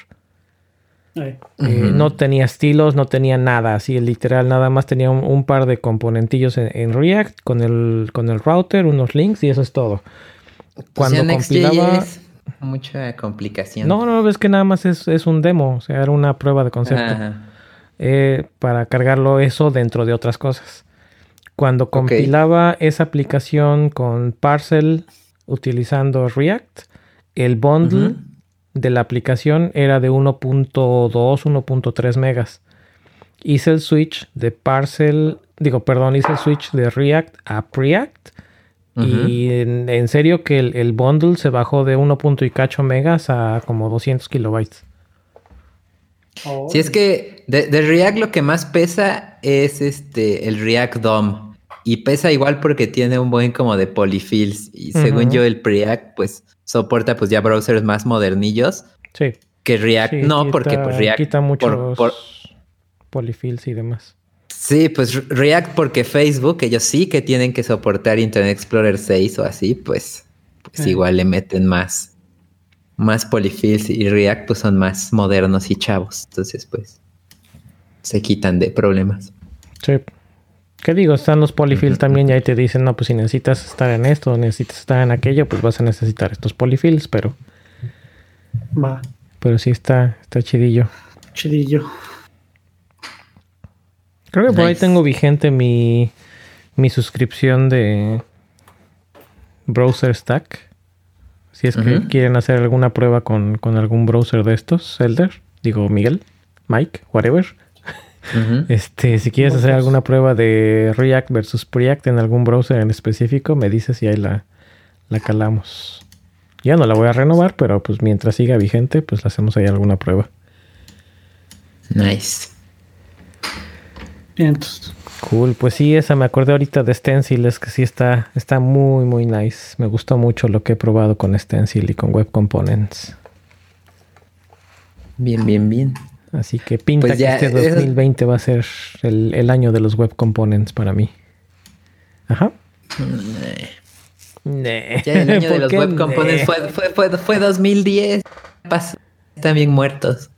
No tenía estilos, no tenía nada, así literal, nada más tenía un par de componentillos en React con el router, unos links y eso es todo. Cuando compilaba... mucha complicación. No, es que nada más es un demo, o sea, era una prueba de concepto. Para cargarlo eso dentro de otras cosas. Cuando compilaba esa aplicación con Parcel utilizando React, el bundle de la aplicación era de 1.2, 1.3 megas. Hice el switch de React a Preact. Y en serio que el bundle se bajó de 1.8 megas a como 200 kilobytes. Si es que de React lo que más pesa es el React DOM. Y pesa igual porque tiene un buen como de polyfills. Y según yo el Preact pues soporta pues ya browsers más modernillos. Sí. Que React Sí, no, porque pues React quita muchos polyfills y demás. Sí, pues React porque Facebook, ellos sí que tienen que soportar Internet Explorer 6 o así, pues igual le meten más polyfills, y React pues son más modernos y chavos. Entonces pues se quitan de problemas. Sí. ¿Qué digo? Están los polyfills también y ahí te dicen, no, pues si necesitas estar en esto o necesitas estar en aquello, pues vas a necesitar estos polyfills, pero sí está chidillo. Chidillo. Creo que por ahí tengo vigente mi suscripción de Browser Stack. Si es que quieren hacer alguna prueba con algún browser de estos, Elder, digo Miguel, Mike, whatever. Si quieres hacer alguna prueba de React versus Preact en algún browser en específico, me dices y ahí la calamos. Ya no la voy a renovar, pero pues mientras siga vigente, pues le hacemos ahí alguna prueba. Nice. Bien, entonces. Cool, pues sí, esa me acordé ahorita de Stencil, es que sí está muy, muy nice. Me gustó mucho lo que he probado con Stencil y con Web Components. Bien. Así que pinta pues que este 2020 va a ser el año de los Web Components para mí. Ajá. Ya el año de los Web Components fue 2010. Están bien muertos.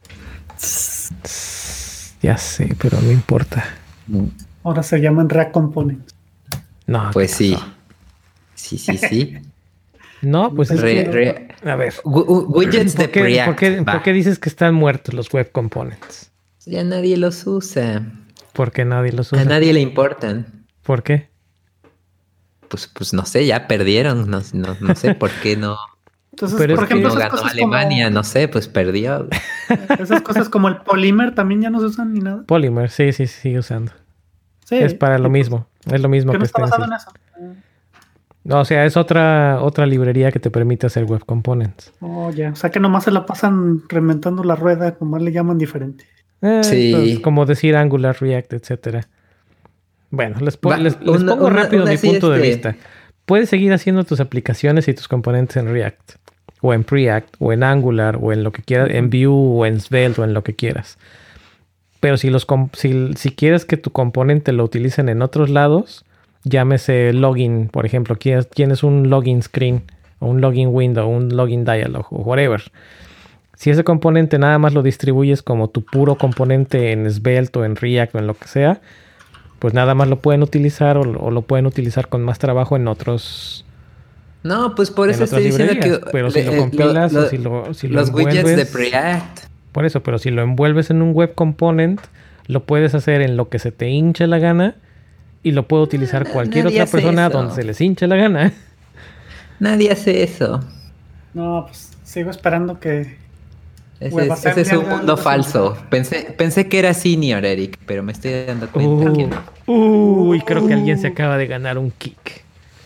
Ya sé, pero no importa. Ahora se llaman React Components. No. Pues sí. Sí. No, pues es que... A ver. Widgets de Preact. ¿Por qué dices que están muertos los Web Components? Ya nadie los usa. ¿Por qué nadie los usa? A nadie le importan. ¿Por qué? Pues no sé, ya perdieron. No sé por qué no. Entonces, pero por ejemplo, no ganó Alemania, no sé, pues perdió. Esas cosas como el Polymer también ya no se usan ni nada. Polymer, sí, sigue usando. Sí, es para lo mismo. Es lo mismo que que está basado Stencil. en eso. No, o sea, es otra librería que te permite hacer Web Components. Oh, ya. O sea que nomás se la pasan reventando la rueda, como le llaman diferente. Sí. Pues, como decir Angular, React, etcétera. Bueno, les pongo rápido mi punto de vista. Puedes seguir haciendo tus aplicaciones y tus componentes en React, o en Preact, o en Angular, o en lo que quieras, en Vue, o en Svelte, o en lo que quieras. Pero si quieres que tu componente lo utilicen en otros lados, llámese login, por ejemplo, tienes un login screen, o un login window, o un login dialog, o whatever. Si ese componente nada más lo distribuyes como tu puro componente en Svelte, o en React, o en lo que sea, pues nada más lo pueden utilizar o lo pueden utilizar con más trabajo en otros. No, pues por eso estoy diciendo que. Pero si lo compilas o si lo los envuelves, widgets de Preact. Por eso, pero si lo envuelves en un web component, lo puedes hacer en lo que se te hinche la gana y lo puede utilizar cualquier otra persona donde se les hinche la gana. Nadie hace eso. No, pues sigo esperando que. Ese es un mundo falso. Pensé que era senior, Eric, pero me estoy dando cuenta que no. Creo que alguien se acaba de ganar un kick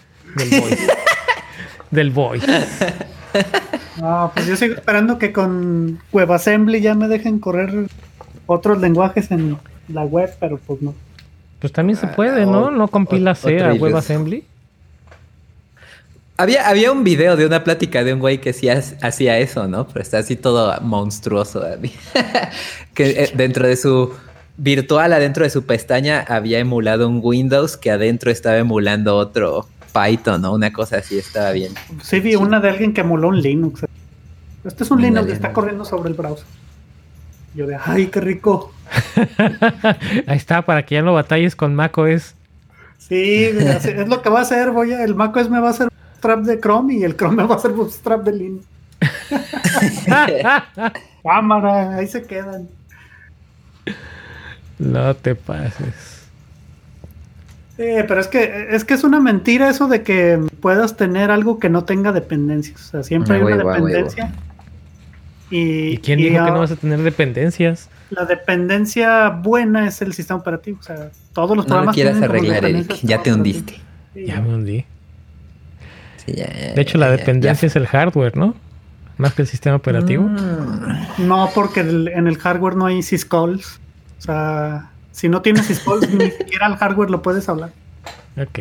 del voice. No, pues yo sigo esperando que con WebAssembly ya me dejen correr otros lenguajes en la web, pero pues no. Pues también se puede, ¿no? ¿No compila C a WebAssembly? Había un video de una plática de un güey que sí hacía eso, ¿no? Pero está así todo monstruoso. Que dentro de su virtual, adentro de su pestaña, había emulado un Windows que adentro estaba emulando otro Python, ¿no? Una cosa así, estaba bien. Sí, vi una de alguien que emuló un Linux. Este es un Linux que está corriendo sobre el browser. Yo de, ¡ay, qué rico! Ahí está, para que ya no batalles con macOS. Sí, es lo que va a hacer. El macOS me va a hacer bootstrap de Chrome y el Chrome me va a hacer bootstrap de Linux. Cámara, ahí se quedan. No te pases. Pero es que es una mentira eso de que puedas tener algo que no tenga dependencias. O sea, siempre hay una dependencia. ¿Y quién dijo que no vas a tener dependencias? La dependencia buena es el sistema operativo. O sea, todos los programas. No lo quieras arreglar, Eric. Ya te hundiste. Sí, ya me hundí. Sí, de hecho, la dependencia es el hardware, ¿no? Más que el sistema operativo. No, porque en el hardware no hay syscalls. O sea, si no tienes syscalls, ni siquiera al hardware lo puedes hablar. Ok.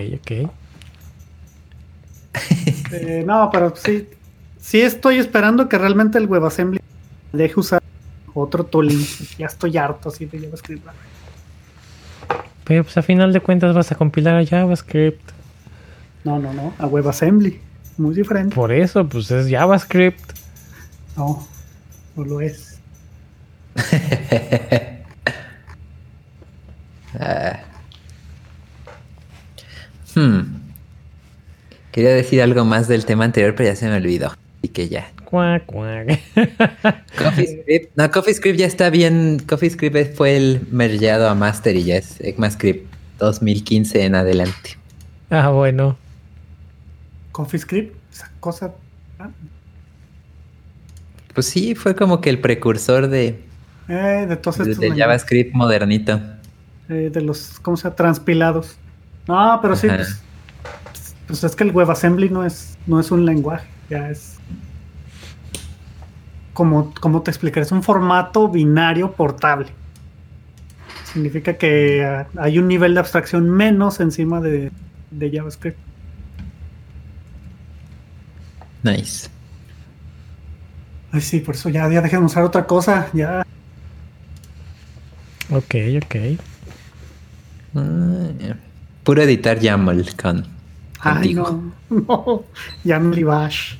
No, pero sí estoy esperando que realmente el WebAssembly deje usar otro tooling. Ya estoy harto así de JavaScript. Pero pues a final de cuentas vas a compilar a JavaScript. No, a WebAssembly. Muy diferente. Por eso, pues es JavaScript. No lo es. Quería decir algo más del tema anterior, pero ya se me olvidó. Así que ya. Cuac, cuac. CoffeeScript. No, CoffeeScript ya está bien. CoffeeScript fue el mergeado a Master y ya es ECMAScript 2015 en adelante. Ah, bueno. CoffeeScript, esa cosa. Pues sí, fue como que el precursor de todos estos del JavaScript modernito. De los, ¿cómo se llama? Transpilados. No, pero sí, pues es que el WebAssembly no es un lenguaje, ya es como te explicaré, es un formato binario portable. Significa que hay un nivel de abstracción menos encima de JavaScript. Nice. Ay, sí, por eso ya dejen de usar otra cosa, ya. Ok. Puro editar YAML contigo. No, YAML y Bash.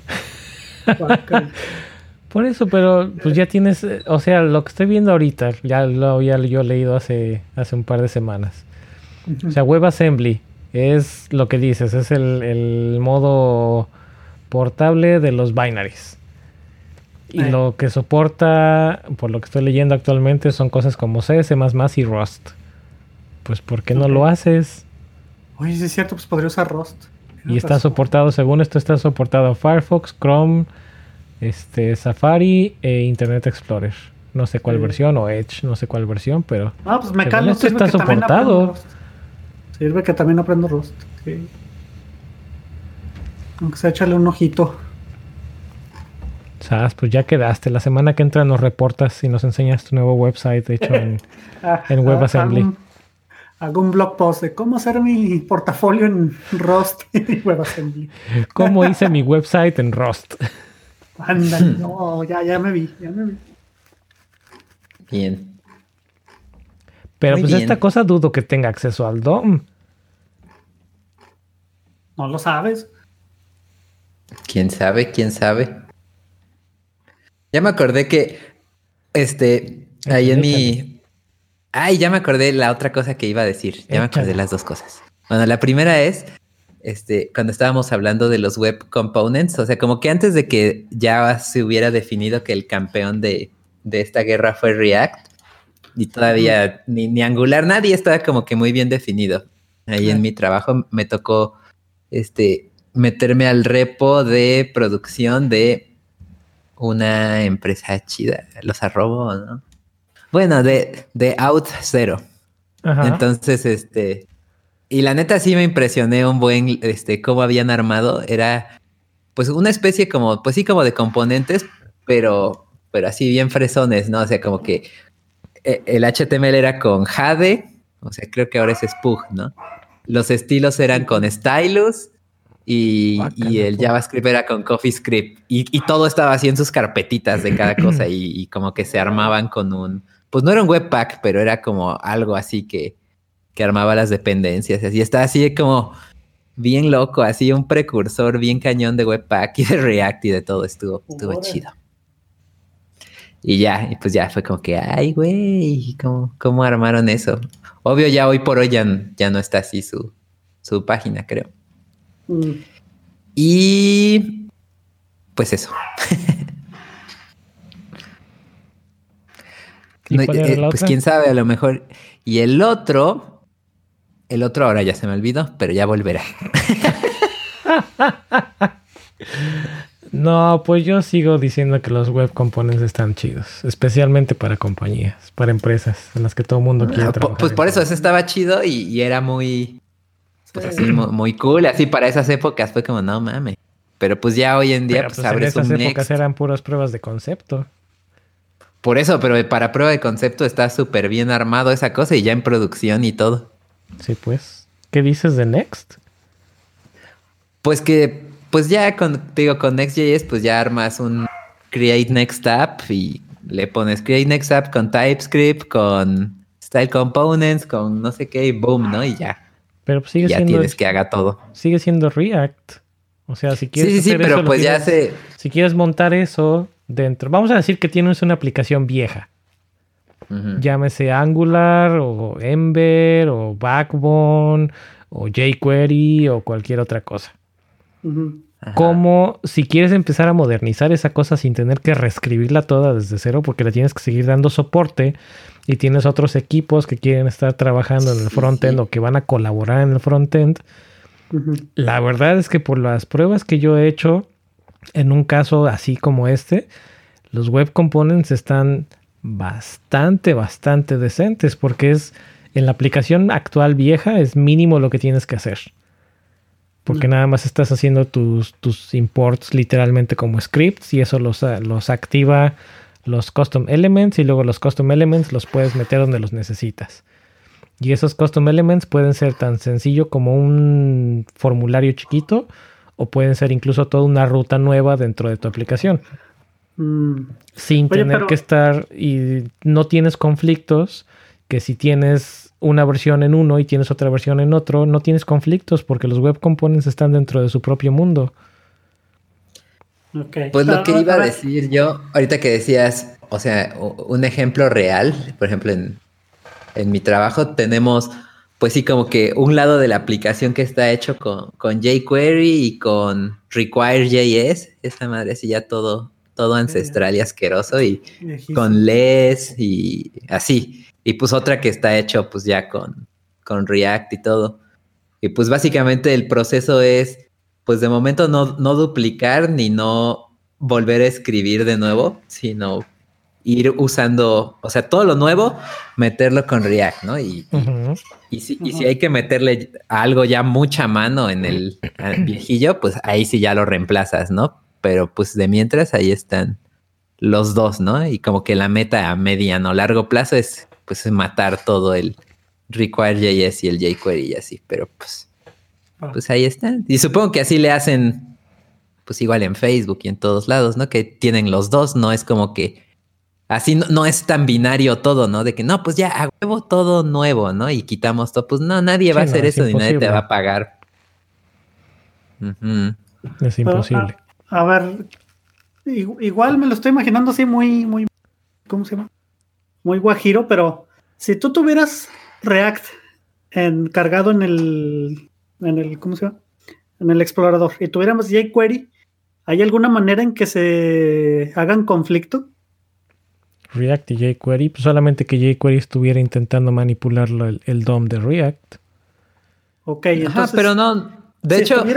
Por eso, pero pues ya tienes, o sea, lo que estoy viendo ahorita, ya lo había yo leído hace un par de semanas. O sea, WebAssembly es lo que dices, es el modo portable de los binaries. Y lo que soporta, por lo que estoy leyendo actualmente, son cosas como C, C++ y Rust. Pues, ¿por qué no lo haces? Oye, sí es cierto, pues podría usar Rust. Y está soportado, según esto, está soportado Firefox, Chrome, Safari e Internet Explorer. No sé cuál versión, o Edge, no sé cuál versión, pero... Ah, pues me calmo, esto está soportado. Sirve que también aprendo Rust. Sí. Aunque sea, échale un ojito. ¿Sabes? Pues ya quedaste. La semana que entra nos reportas y nos enseñas tu nuevo website hecho en WebAssembly. Hago un blog post de cómo hacer mi portafolio en Rust y WebAssembly. ¿Cómo hice mi website en Rust? Ándale, no, ya me vi. Bien. Pero Muy pues bien. esta cosa dudo que tenga acceso al DOM. No lo sabes. ¿Quién sabe? Ya me acordé que ahí en mi... Ay, ya me acordé la otra cosa que iba a decir. Ya me acordé las dos cosas. Bueno, la primera es cuando estábamos hablando de los web components, o sea, como que antes de que ya se hubiera definido que el campeón de esta guerra fue React, y todavía ni Angular, nadie estaba como que muy bien definido. Ahí en mi trabajo me tocó meterme al repo de producción de una empresa chida, los arrobo, ¿no? Bueno, de Out0. Ajá. Entonces, y la neta sí me impresioné un buen, cómo habían armado. Era, pues, una especie como, pues sí, como de componentes, pero así bien fresones, ¿no? O sea, como que el HTML era con Jade, o sea, creo que ahora es Spug, ¿no? Los estilos eran con Stylus y el JavaScript era con CoffeeScript. Y todo estaba así en sus carpetitas de cada cosa y como que se armaban con un... Pues no era un Webpack, pero era como algo así que armaba las dependencias. Y así estaba así como bien loco, así un precursor bien cañón de Webpack y de React y de todo. Estuvo chido. Y ya, y pues ya fue como que, ay, güey, ¿cómo armaron eso? Obvio, ya hoy por hoy ya no está así su página, creo. Y pues eso. ¿Y cuál era la pues otra? quién sabe, a lo mejor. Y el otro ahora ya se me olvidó, pero ya volverá. No, pues yo sigo diciendo que los web components están chidos, especialmente para compañías, para empresas en las que todo el mundo quiere trabajar. Pues por eso estaba chido y era muy, pues así, muy cool. Así para esas épocas fue como, no mames. Pero pues ya hoy en día, Pero, pues abres en esas un épocas Next. eran puras pruebas de concepto. Por eso, pero para prueba de concepto está súper bien armado esa cosa y ya en producción y todo. Sí, pues. ¿Qué dices de Next? Pues ya con Next.js, pues ya armas un Create Next App y le pones Create Next App con TypeScript, con Style Components, con no sé qué, y boom, ¿no? Y ya. Pero pues sigue ya siendo, tienes que haga todo. Sigue siendo React. O sea, si quieres sí, pero eso, pues ya se... Si quieres montar eso dentro... Vamos a decir que tienes una aplicación vieja. Uh-huh. Llámese Angular, o Ember, o Backbone, o jQuery, o cualquier otra cosa. Uh-huh. Como si quieres empezar a modernizar esa cosa sin tener que reescribirla toda desde cero, porque le tienes que seguir dando soporte y tienes otros equipos que quieren estar trabajando en el frontend o que van a colaborar en el frontend. Uh-huh. La verdad es que por las pruebas que yo he hecho, en un caso así como este, los web components están bastante decentes, porque es en la aplicación actual vieja es mínimo lo que tienes que hacer. Porque nada más estás haciendo tus imports literalmente como scripts y eso los activa los custom elements y luego los custom elements los puedes meter donde los necesitas. Y esos custom elements pueden ser tan sencillo como un formulario chiquito o pueden ser incluso toda una ruta nueva dentro de tu aplicación. Sin tener que estar y no tienes conflictos que si tienes una versión en uno y tienes otra versión en otro, no tienes conflictos porque los web components están dentro de su propio mundo. Okay. Pues lo que iba a decir yo, ahorita que decías, o sea, un ejemplo real, por ejemplo, en mi trabajo tenemos, pues sí, como que un lado de la aplicación que está hecho con jQuery y con Require.js, esa madre así ya todo ancestral y asqueroso, y con LES y así. Y pues otra que está hecho pues ya con React y todo. Y pues básicamente el proceso es, pues de momento no duplicar ni no volver a escribir de nuevo, sino ir usando, o sea, todo lo nuevo, meterlo con React, ¿no? Y si hay que meterle algo ya mucha mano en el viejillo, pues ahí sí ya lo reemplazas, ¿no? Pero pues de mientras ahí están los dos, ¿no? Y como que la meta a mediano o largo plazo es pues matar todo el Require.js y el jQuery y así, pero pues ahí están. Y supongo que así le hacen pues igual en Facebook y en todos lados, ¿no? Que tienen los dos, no es como que así no es tan binario todo, ¿no? De que no, pues ya a huevo todo nuevo, ¿no? Y quitamos todo, pues no, nadie va a hacer eso ni nadie te va a pagar. Uh-huh. Es imposible. A ver, igual me lo estoy imaginando así muy, ¿cómo se llama? Muy guajiro, pero si tú tuvieras React cargado en el ¿cómo se llama? En el explorador y tuviéramos jQuery, ¿hay alguna manera en que se hagan conflicto? React y jQuery, pues solamente que jQuery estuviera intentando manipular el DOM de React. Ok, entonces... Ajá, pero no, de hecho...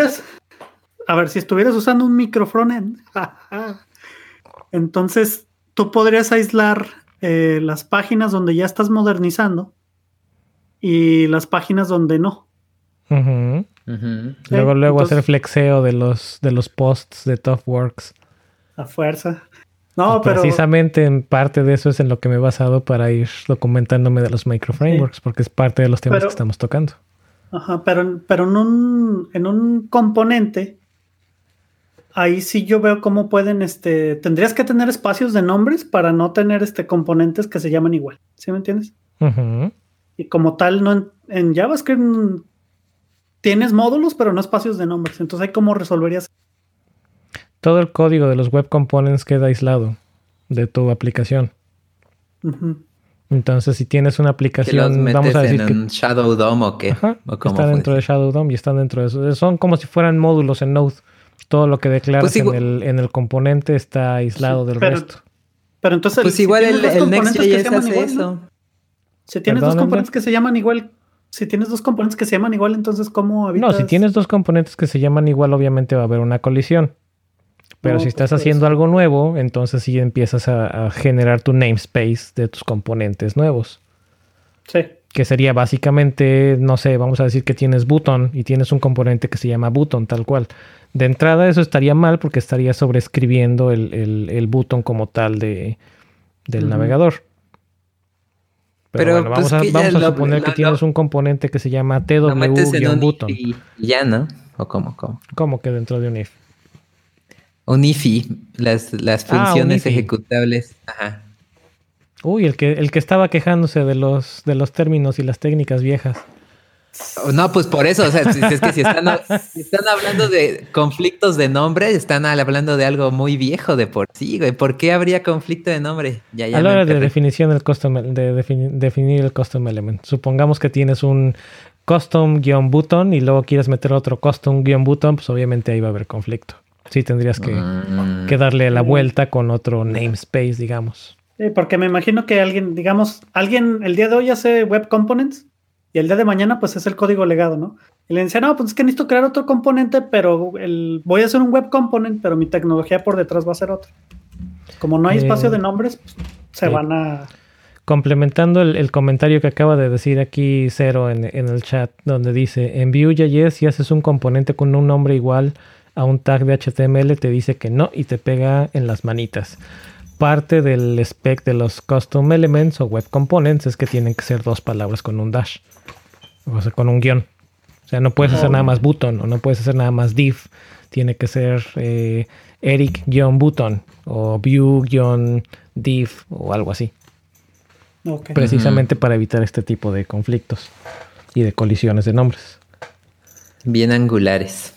si estuvieras usando un micro frontend, entonces tú podrías aislar las páginas donde ya estás modernizando y las páginas donde no. Uh-huh. Uh-huh. Luego entonces, hacer flexeo de los posts de ToughWorks. A fuerza. No, pero precisamente en parte de eso es en lo que me he basado para ir documentándome de los microframeworks, porque es parte de los temas que estamos tocando. Ajá, pero en un componente, ahí sí yo veo cómo pueden, tendrías que tener espacios de nombres para no tener componentes que se llaman igual. ¿Sí me entiendes? Uh-huh. Y como tal, no en JavaScript tienes módulos, pero no espacios de nombres. Entonces, ¿cómo resolverías? Todo el código de los web components queda aislado de tu aplicación. Uh-huh. Entonces, si tienes una aplicación, vamos a decir en Shadow DOM o qué. Ajá, ¿o cómo está dentro de Shadow DOM y están dentro de eso. Son como si fueran módulos en Node. Todo lo que declaras en el componente está aislado del resto. Pero entonces, pues igual el Next.js hace igual, eso. ¿No? Si tienes dos componentes que se llaman igual, entonces ¿cómo evitas? No, si tienes dos componentes que se llaman igual, obviamente va a haber una colisión. Pero si estás haciendo algo nuevo, entonces sí empiezas a generar tu namespace de tus componentes nuevos. Sí. Que sería básicamente, no sé, vamos a decir que tienes button y tienes un componente que se llama button, tal cual. De entrada eso estaría mal porque estaría sobreescribiendo el button como tal del navegador. Pero bueno, vamos a suponer que tienes un componente que se llama TW-button. Y ya, ¿no? ¿O cómo? ¿Cómo que dentro de un if? Un IFI, las funciones ejecutables. Ajá. Uy, el que estaba quejándose de los términos y las técnicas viejas. No, pues por eso, o sea, si están hablando de conflictos de nombre, están hablando de algo muy viejo de por sí, güey. ¿Por qué habría conflicto de nombre? Ya A la hora de definición del definir el custom element. Supongamos que tienes un custom-button y luego quieres meter otro custom-button, pues obviamente ahí va a haber conflicto. Sí tendrías que darle la vuelta con otro namespace, digamos. Sí, porque me imagino que alguien el día de hoy hace web components y el día de mañana pues es el código legado, ¿no? Y le dice, no, pues es que necesito crear otro componente, pero voy a hacer un web component, pero mi tecnología por detrás va a ser otra. Como no hay espacio de nombres, pues, se van a... Complementando el comentario que acaba de decir aquí Cero en el chat, donde dice, en Vue.js si haces un componente con un nombre igual a un tag de HTML, te dice que no y te pega en las manitas. Parte del spec de los custom elements o web components es que tienen que ser 2 palabras con un dash. O sea, con un guión. O sea, no puedes hacer nada más button o no puedes hacer nada más div. Tiene que ser Eric-button o Vue-div o algo así. Okay. Precisamente para evitar este tipo de conflictos y de colisiones de nombres. Bien angulares.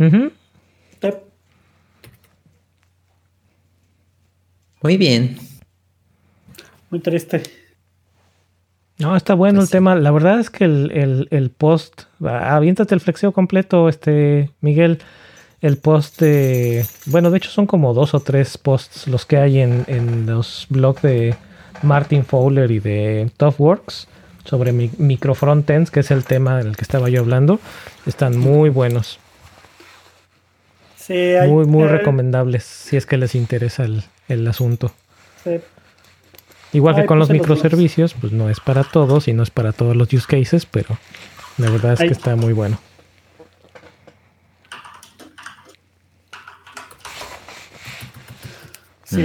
Muy bien. Muy triste. No, está bueno pues el tema. La verdad es que el post, aviéntate el flexeo completo, Miguel. El post de... Bueno, de hecho son como 2 o 3 posts los que hay en los blogs de Martin Fowler y de ToughWorks sobre microfrontends, que es el tema del que estaba yo hablando. Están muy buenos. Sí, muy recomendables si es que les interesa el asunto. Sí. Igual que con los microservicios, pues no es para todos y no es para todos los use cases, pero la verdad es que está muy bueno. Sí,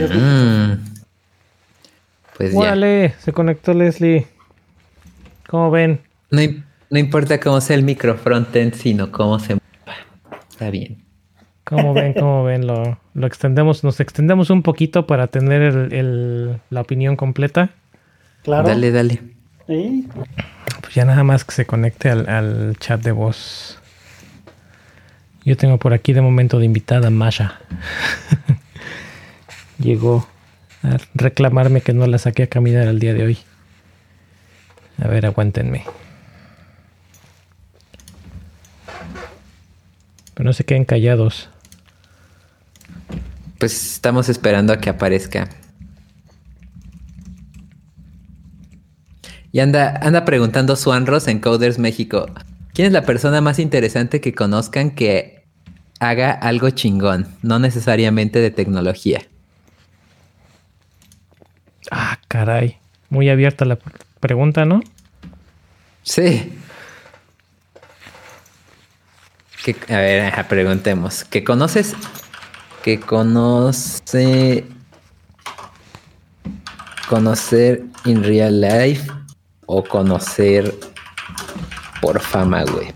pues ¡Órale! Se conectó Leslie. ¿Cómo ven? No importa cómo sea el microfrontend, sino cómo se mueva. Está bien. ¿Cómo ven? Lo extendemos, nos extendemos un poquito para tener la opinión completa. Claro. Dale. ¿Sí? Pues ya nada más que se conecte al chat de voz. Yo tengo por aquí de momento de invitada a Masha. Llegó a reclamarme que no la saqué a caminar el día de hoy. A ver, aguántenme. Pero no se queden callados. Pues estamos esperando a que aparezca. Y anda preguntando Swanros en Coders México. ¿Quién es la persona más interesante que conozcan que haga algo chingón? No necesariamente de tecnología. Ah, caray. Muy abierta la pregunta, ¿no? Sí. A ver, preguntemos. ¿Qué conoces? ¿Qué conocer in real life o conocer por fama web?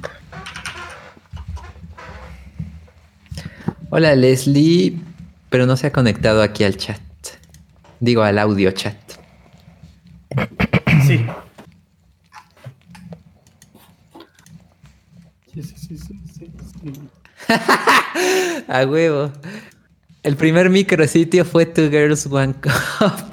Hola Leslie, pero no se ha conectado aquí al chat. Digo, al audio chat. Sí. Sí. A huevo. El primer micrositio fue Two Girls One Cup.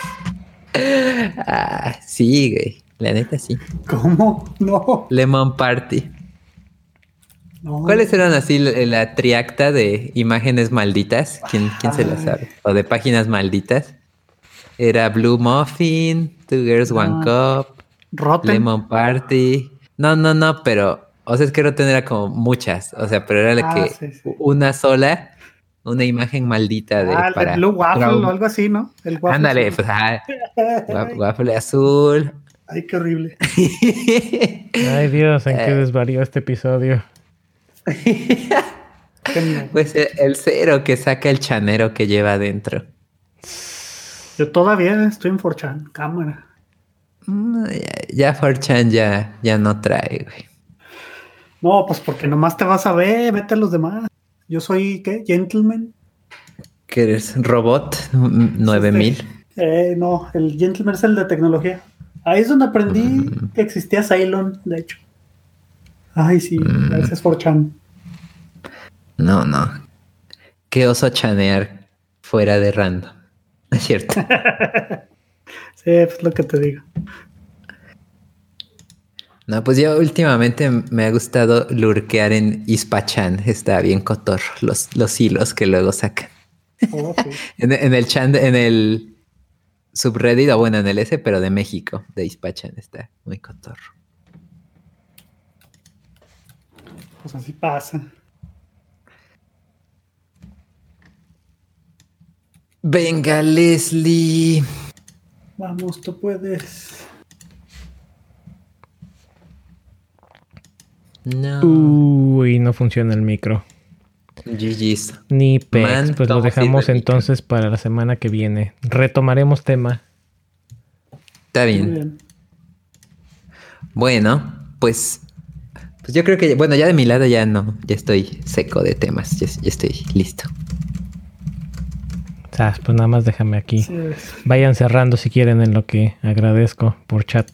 Sí, güey. La neta sí. ¿Cómo? No. Lemon Party. No. ¿Cuáles eran así la triacta de imágenes malditas? ¿Quién se la sabe? O de páginas malditas. Era Blue Muffin, Two Girls One Cup, Rotten. Lemon Party. No, pero... O sea, es que Rotten era como muchas. O sea, pero era la que... Sí. Una sola... Una imagen maldita de... El Blue Waffle o algo así, ¿no? El waffle. Ándale, azul. pues waffle azul. Ay, qué horrible. Ay, Dios, ¿en qué desvarió este episodio? Pues el Cero que saca el chanero que lleva adentro. Yo todavía estoy en 4chan, cámara. Ya 4chan ya no trae, güey. No, pues porque nomás te vas a ver, vete a los demás. Yo soy, ¿qué? Gentleman. ¿Qué eres? ¿Robot? 9000. No, el Gentleman es el de tecnología. Ahí es donde aprendí que existía Cylon, de hecho. Ay, sí, gracias por Chan. No. Qué oso chanear fuera de random. Es cierto. Sí, es lo que te digo. No, pues yo últimamente me ha gustado lurkear en Ispachan. Está bien cotorro los hilos que luego sacan. Oh, sí. En el chan, en el subreddit, o bueno, en el S, pero de México, de Ispachan, está muy cotorro. Pues así pasa. Venga, Leslie. Vamos, tú puedes. No. Uy, no funciona el micro. GG's. Ni pex, Man, pues lo ¿cómo dejamos sirve el entonces para la semana que viene. Retomaremos tema. Está Muy bien. bien. Bueno, pues yo creo que, bueno, ya de mi lado ya no, ya estoy seco de temas, ya estoy listo. Pues nada más déjame aquí. Sí, es. Vayan cerrando si quieren, en lo que agradezco por chat.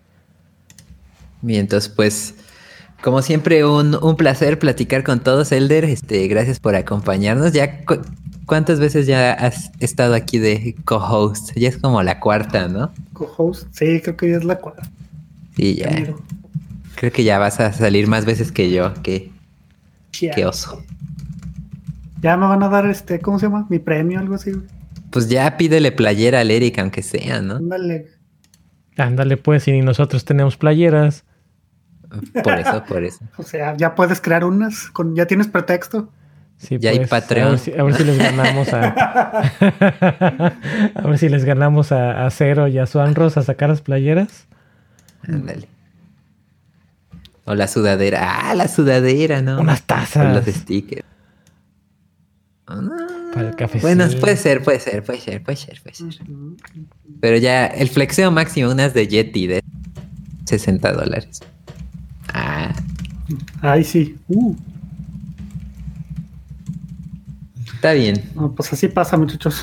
Bien, entonces pues, como siempre, un placer platicar con todos, Elder. Gracias por acompañarnos. Ya, ¿cuántas veces ya has estado aquí de co-host? Ya es como la cuarta, ¿no? Co-host. Sí, creo que ya es la cuarta. Sí, ya. Miro. Creo que ya vas a salir más veces que yo, qué oso. Ya me van a dar ¿cómo se llama? Mi premio, algo así. Pues ya pídele playera al Eric, aunque sea, ¿no? Ándale. Ándale pues, si ni nosotros tenemos playeras. Por eso. O sea, ya puedes crear unas, ya tienes pretexto. Sí, Ya hay pues, Patreon. A ver si les ganamos a... a ver si les ganamos a Cero y a Swanros a sacar las playeras. Ándale. O la sudadera. Ah, la sudadera, ¿no? Unas O tazas. los stickers. Para el cafecito. Bueno, puede ser. Pero ya, el flexeo máximo, unas de Yeti de $60. Ah, Ay, sí. está bien. No, pues así pasa, muchachos.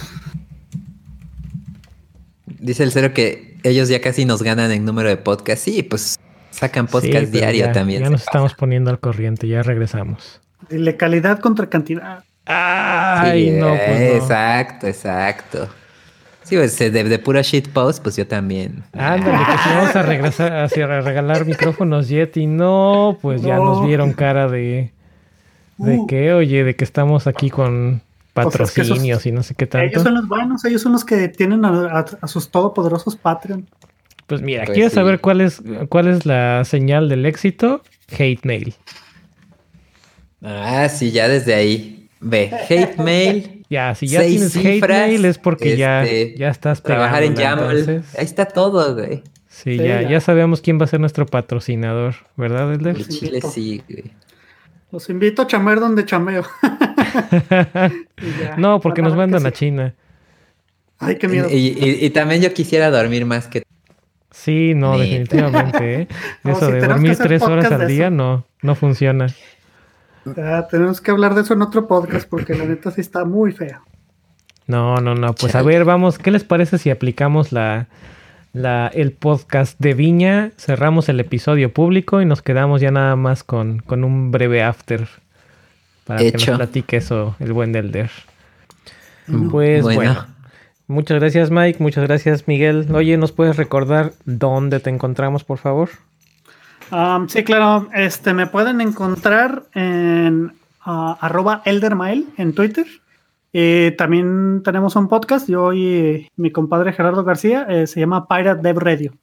Dice el Cero que ellos ya casi nos ganan en número de podcast. Sí, pues sacan podcast Sí, pero diario ya, también. Ya nos estamos poniendo al corriente, ya regresamos. Dile calidad contra cantidad. Ay, Sí, no, pues no. Exacto. Sí, pues de pura shitpost, pues yo también. Ándale, que si vamos a regresar a regalar micrófonos Yeti, no, pues ya No. nos vieron cara de que, oye, de que estamos aquí con patrocinios que y no sé qué Ellos tanto. son los buenos, ellos son los que tienen a sus todopoderosos Patreon. Pues mira, Pues ¿quieres sí. saber cuál es la señal del éxito? Hate mail. Ah, sí, ya desde ahí. Ve, hate mail. Ya, si ya 6 tienes hate cifras, mail es porque ya estás trabajar en pegándola, YAML. entonces. Ahí está todo, güey. Sí, Sí, ya ya. sabemos quién va a ser nuestro patrocinador, ¿verdad, Elder? El chile sí, güey. Los invito a chambear donde chambeo. Y ya, No, porque van nos ver que mandan a sí. China. Ay, qué miedo. Y también yo quisiera dormir más que... Sí, no, Neta. definitivamente, ¿eh? No, Eso sí, de tenemos que dormir hacer 3 horas podcast al de día eso. no funciona. Tenemos que hablar de eso en otro podcast porque la neta sí está muy fea. No. Pues a Chale. ver, vamos, ¿qué les parece si aplicamos el podcast de Viña? Cerramos el episodio público y nos quedamos ya nada más con un breve after para que Hecho. nos platique eso el buen Elder. Pues bueno. Muchas gracias, Mike. Muchas gracias, Miguel. Oye, ¿nos puedes recordar dónde te encontramos, por favor? Sí, claro. Me pueden encontrar en @eldermael en Twitter. También tenemos un podcast. Yo y mi compadre Gerardo García. Se llama Pirate Dev Radio.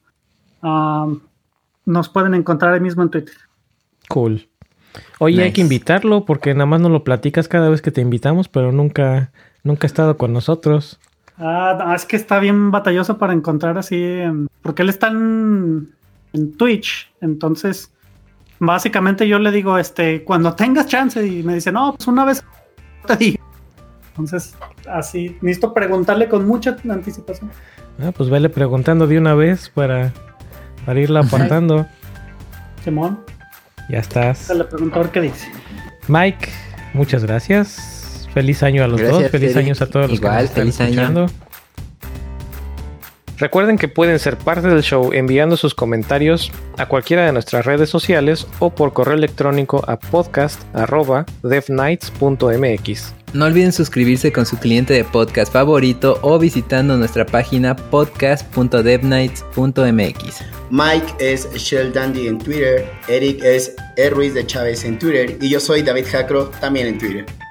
Nos pueden encontrar ahí mismo en Twitter. Cool. Oye, Nice. hay que invitarlo porque nada más nos lo platicas cada vez que te invitamos, pero nunca ha estado con nosotros. No, es que está bien batalloso para encontrar así, porque él está en Twitch, entonces básicamente yo le digo, cuando tengas chance, y me dice, no, pues una vez te digo. Entonces, así, necesito preguntarle con mucha anticipación. Pues vele preguntando de una vez para irla apartando. Simón, Ya estás. le pregunto a ver qué dice. Mike, muchas gracias. Feliz año a los Gracias, dos. Feliz Eric. años a todos los Igual, que nos están feliz año. escuchando. Recuerden que pueden ser parte del show enviando sus comentarios a cualquiera de nuestras redes sociales o por correo electrónico a podcast@devnights.mx. No olviden suscribirse con su cliente de podcast favorito o visitando nuestra página podcast.devnights.mx. Mike es Shell Dandy en Twitter, Eric es Ruiz de Chávez en Twitter y yo soy David Jacro también en Twitter.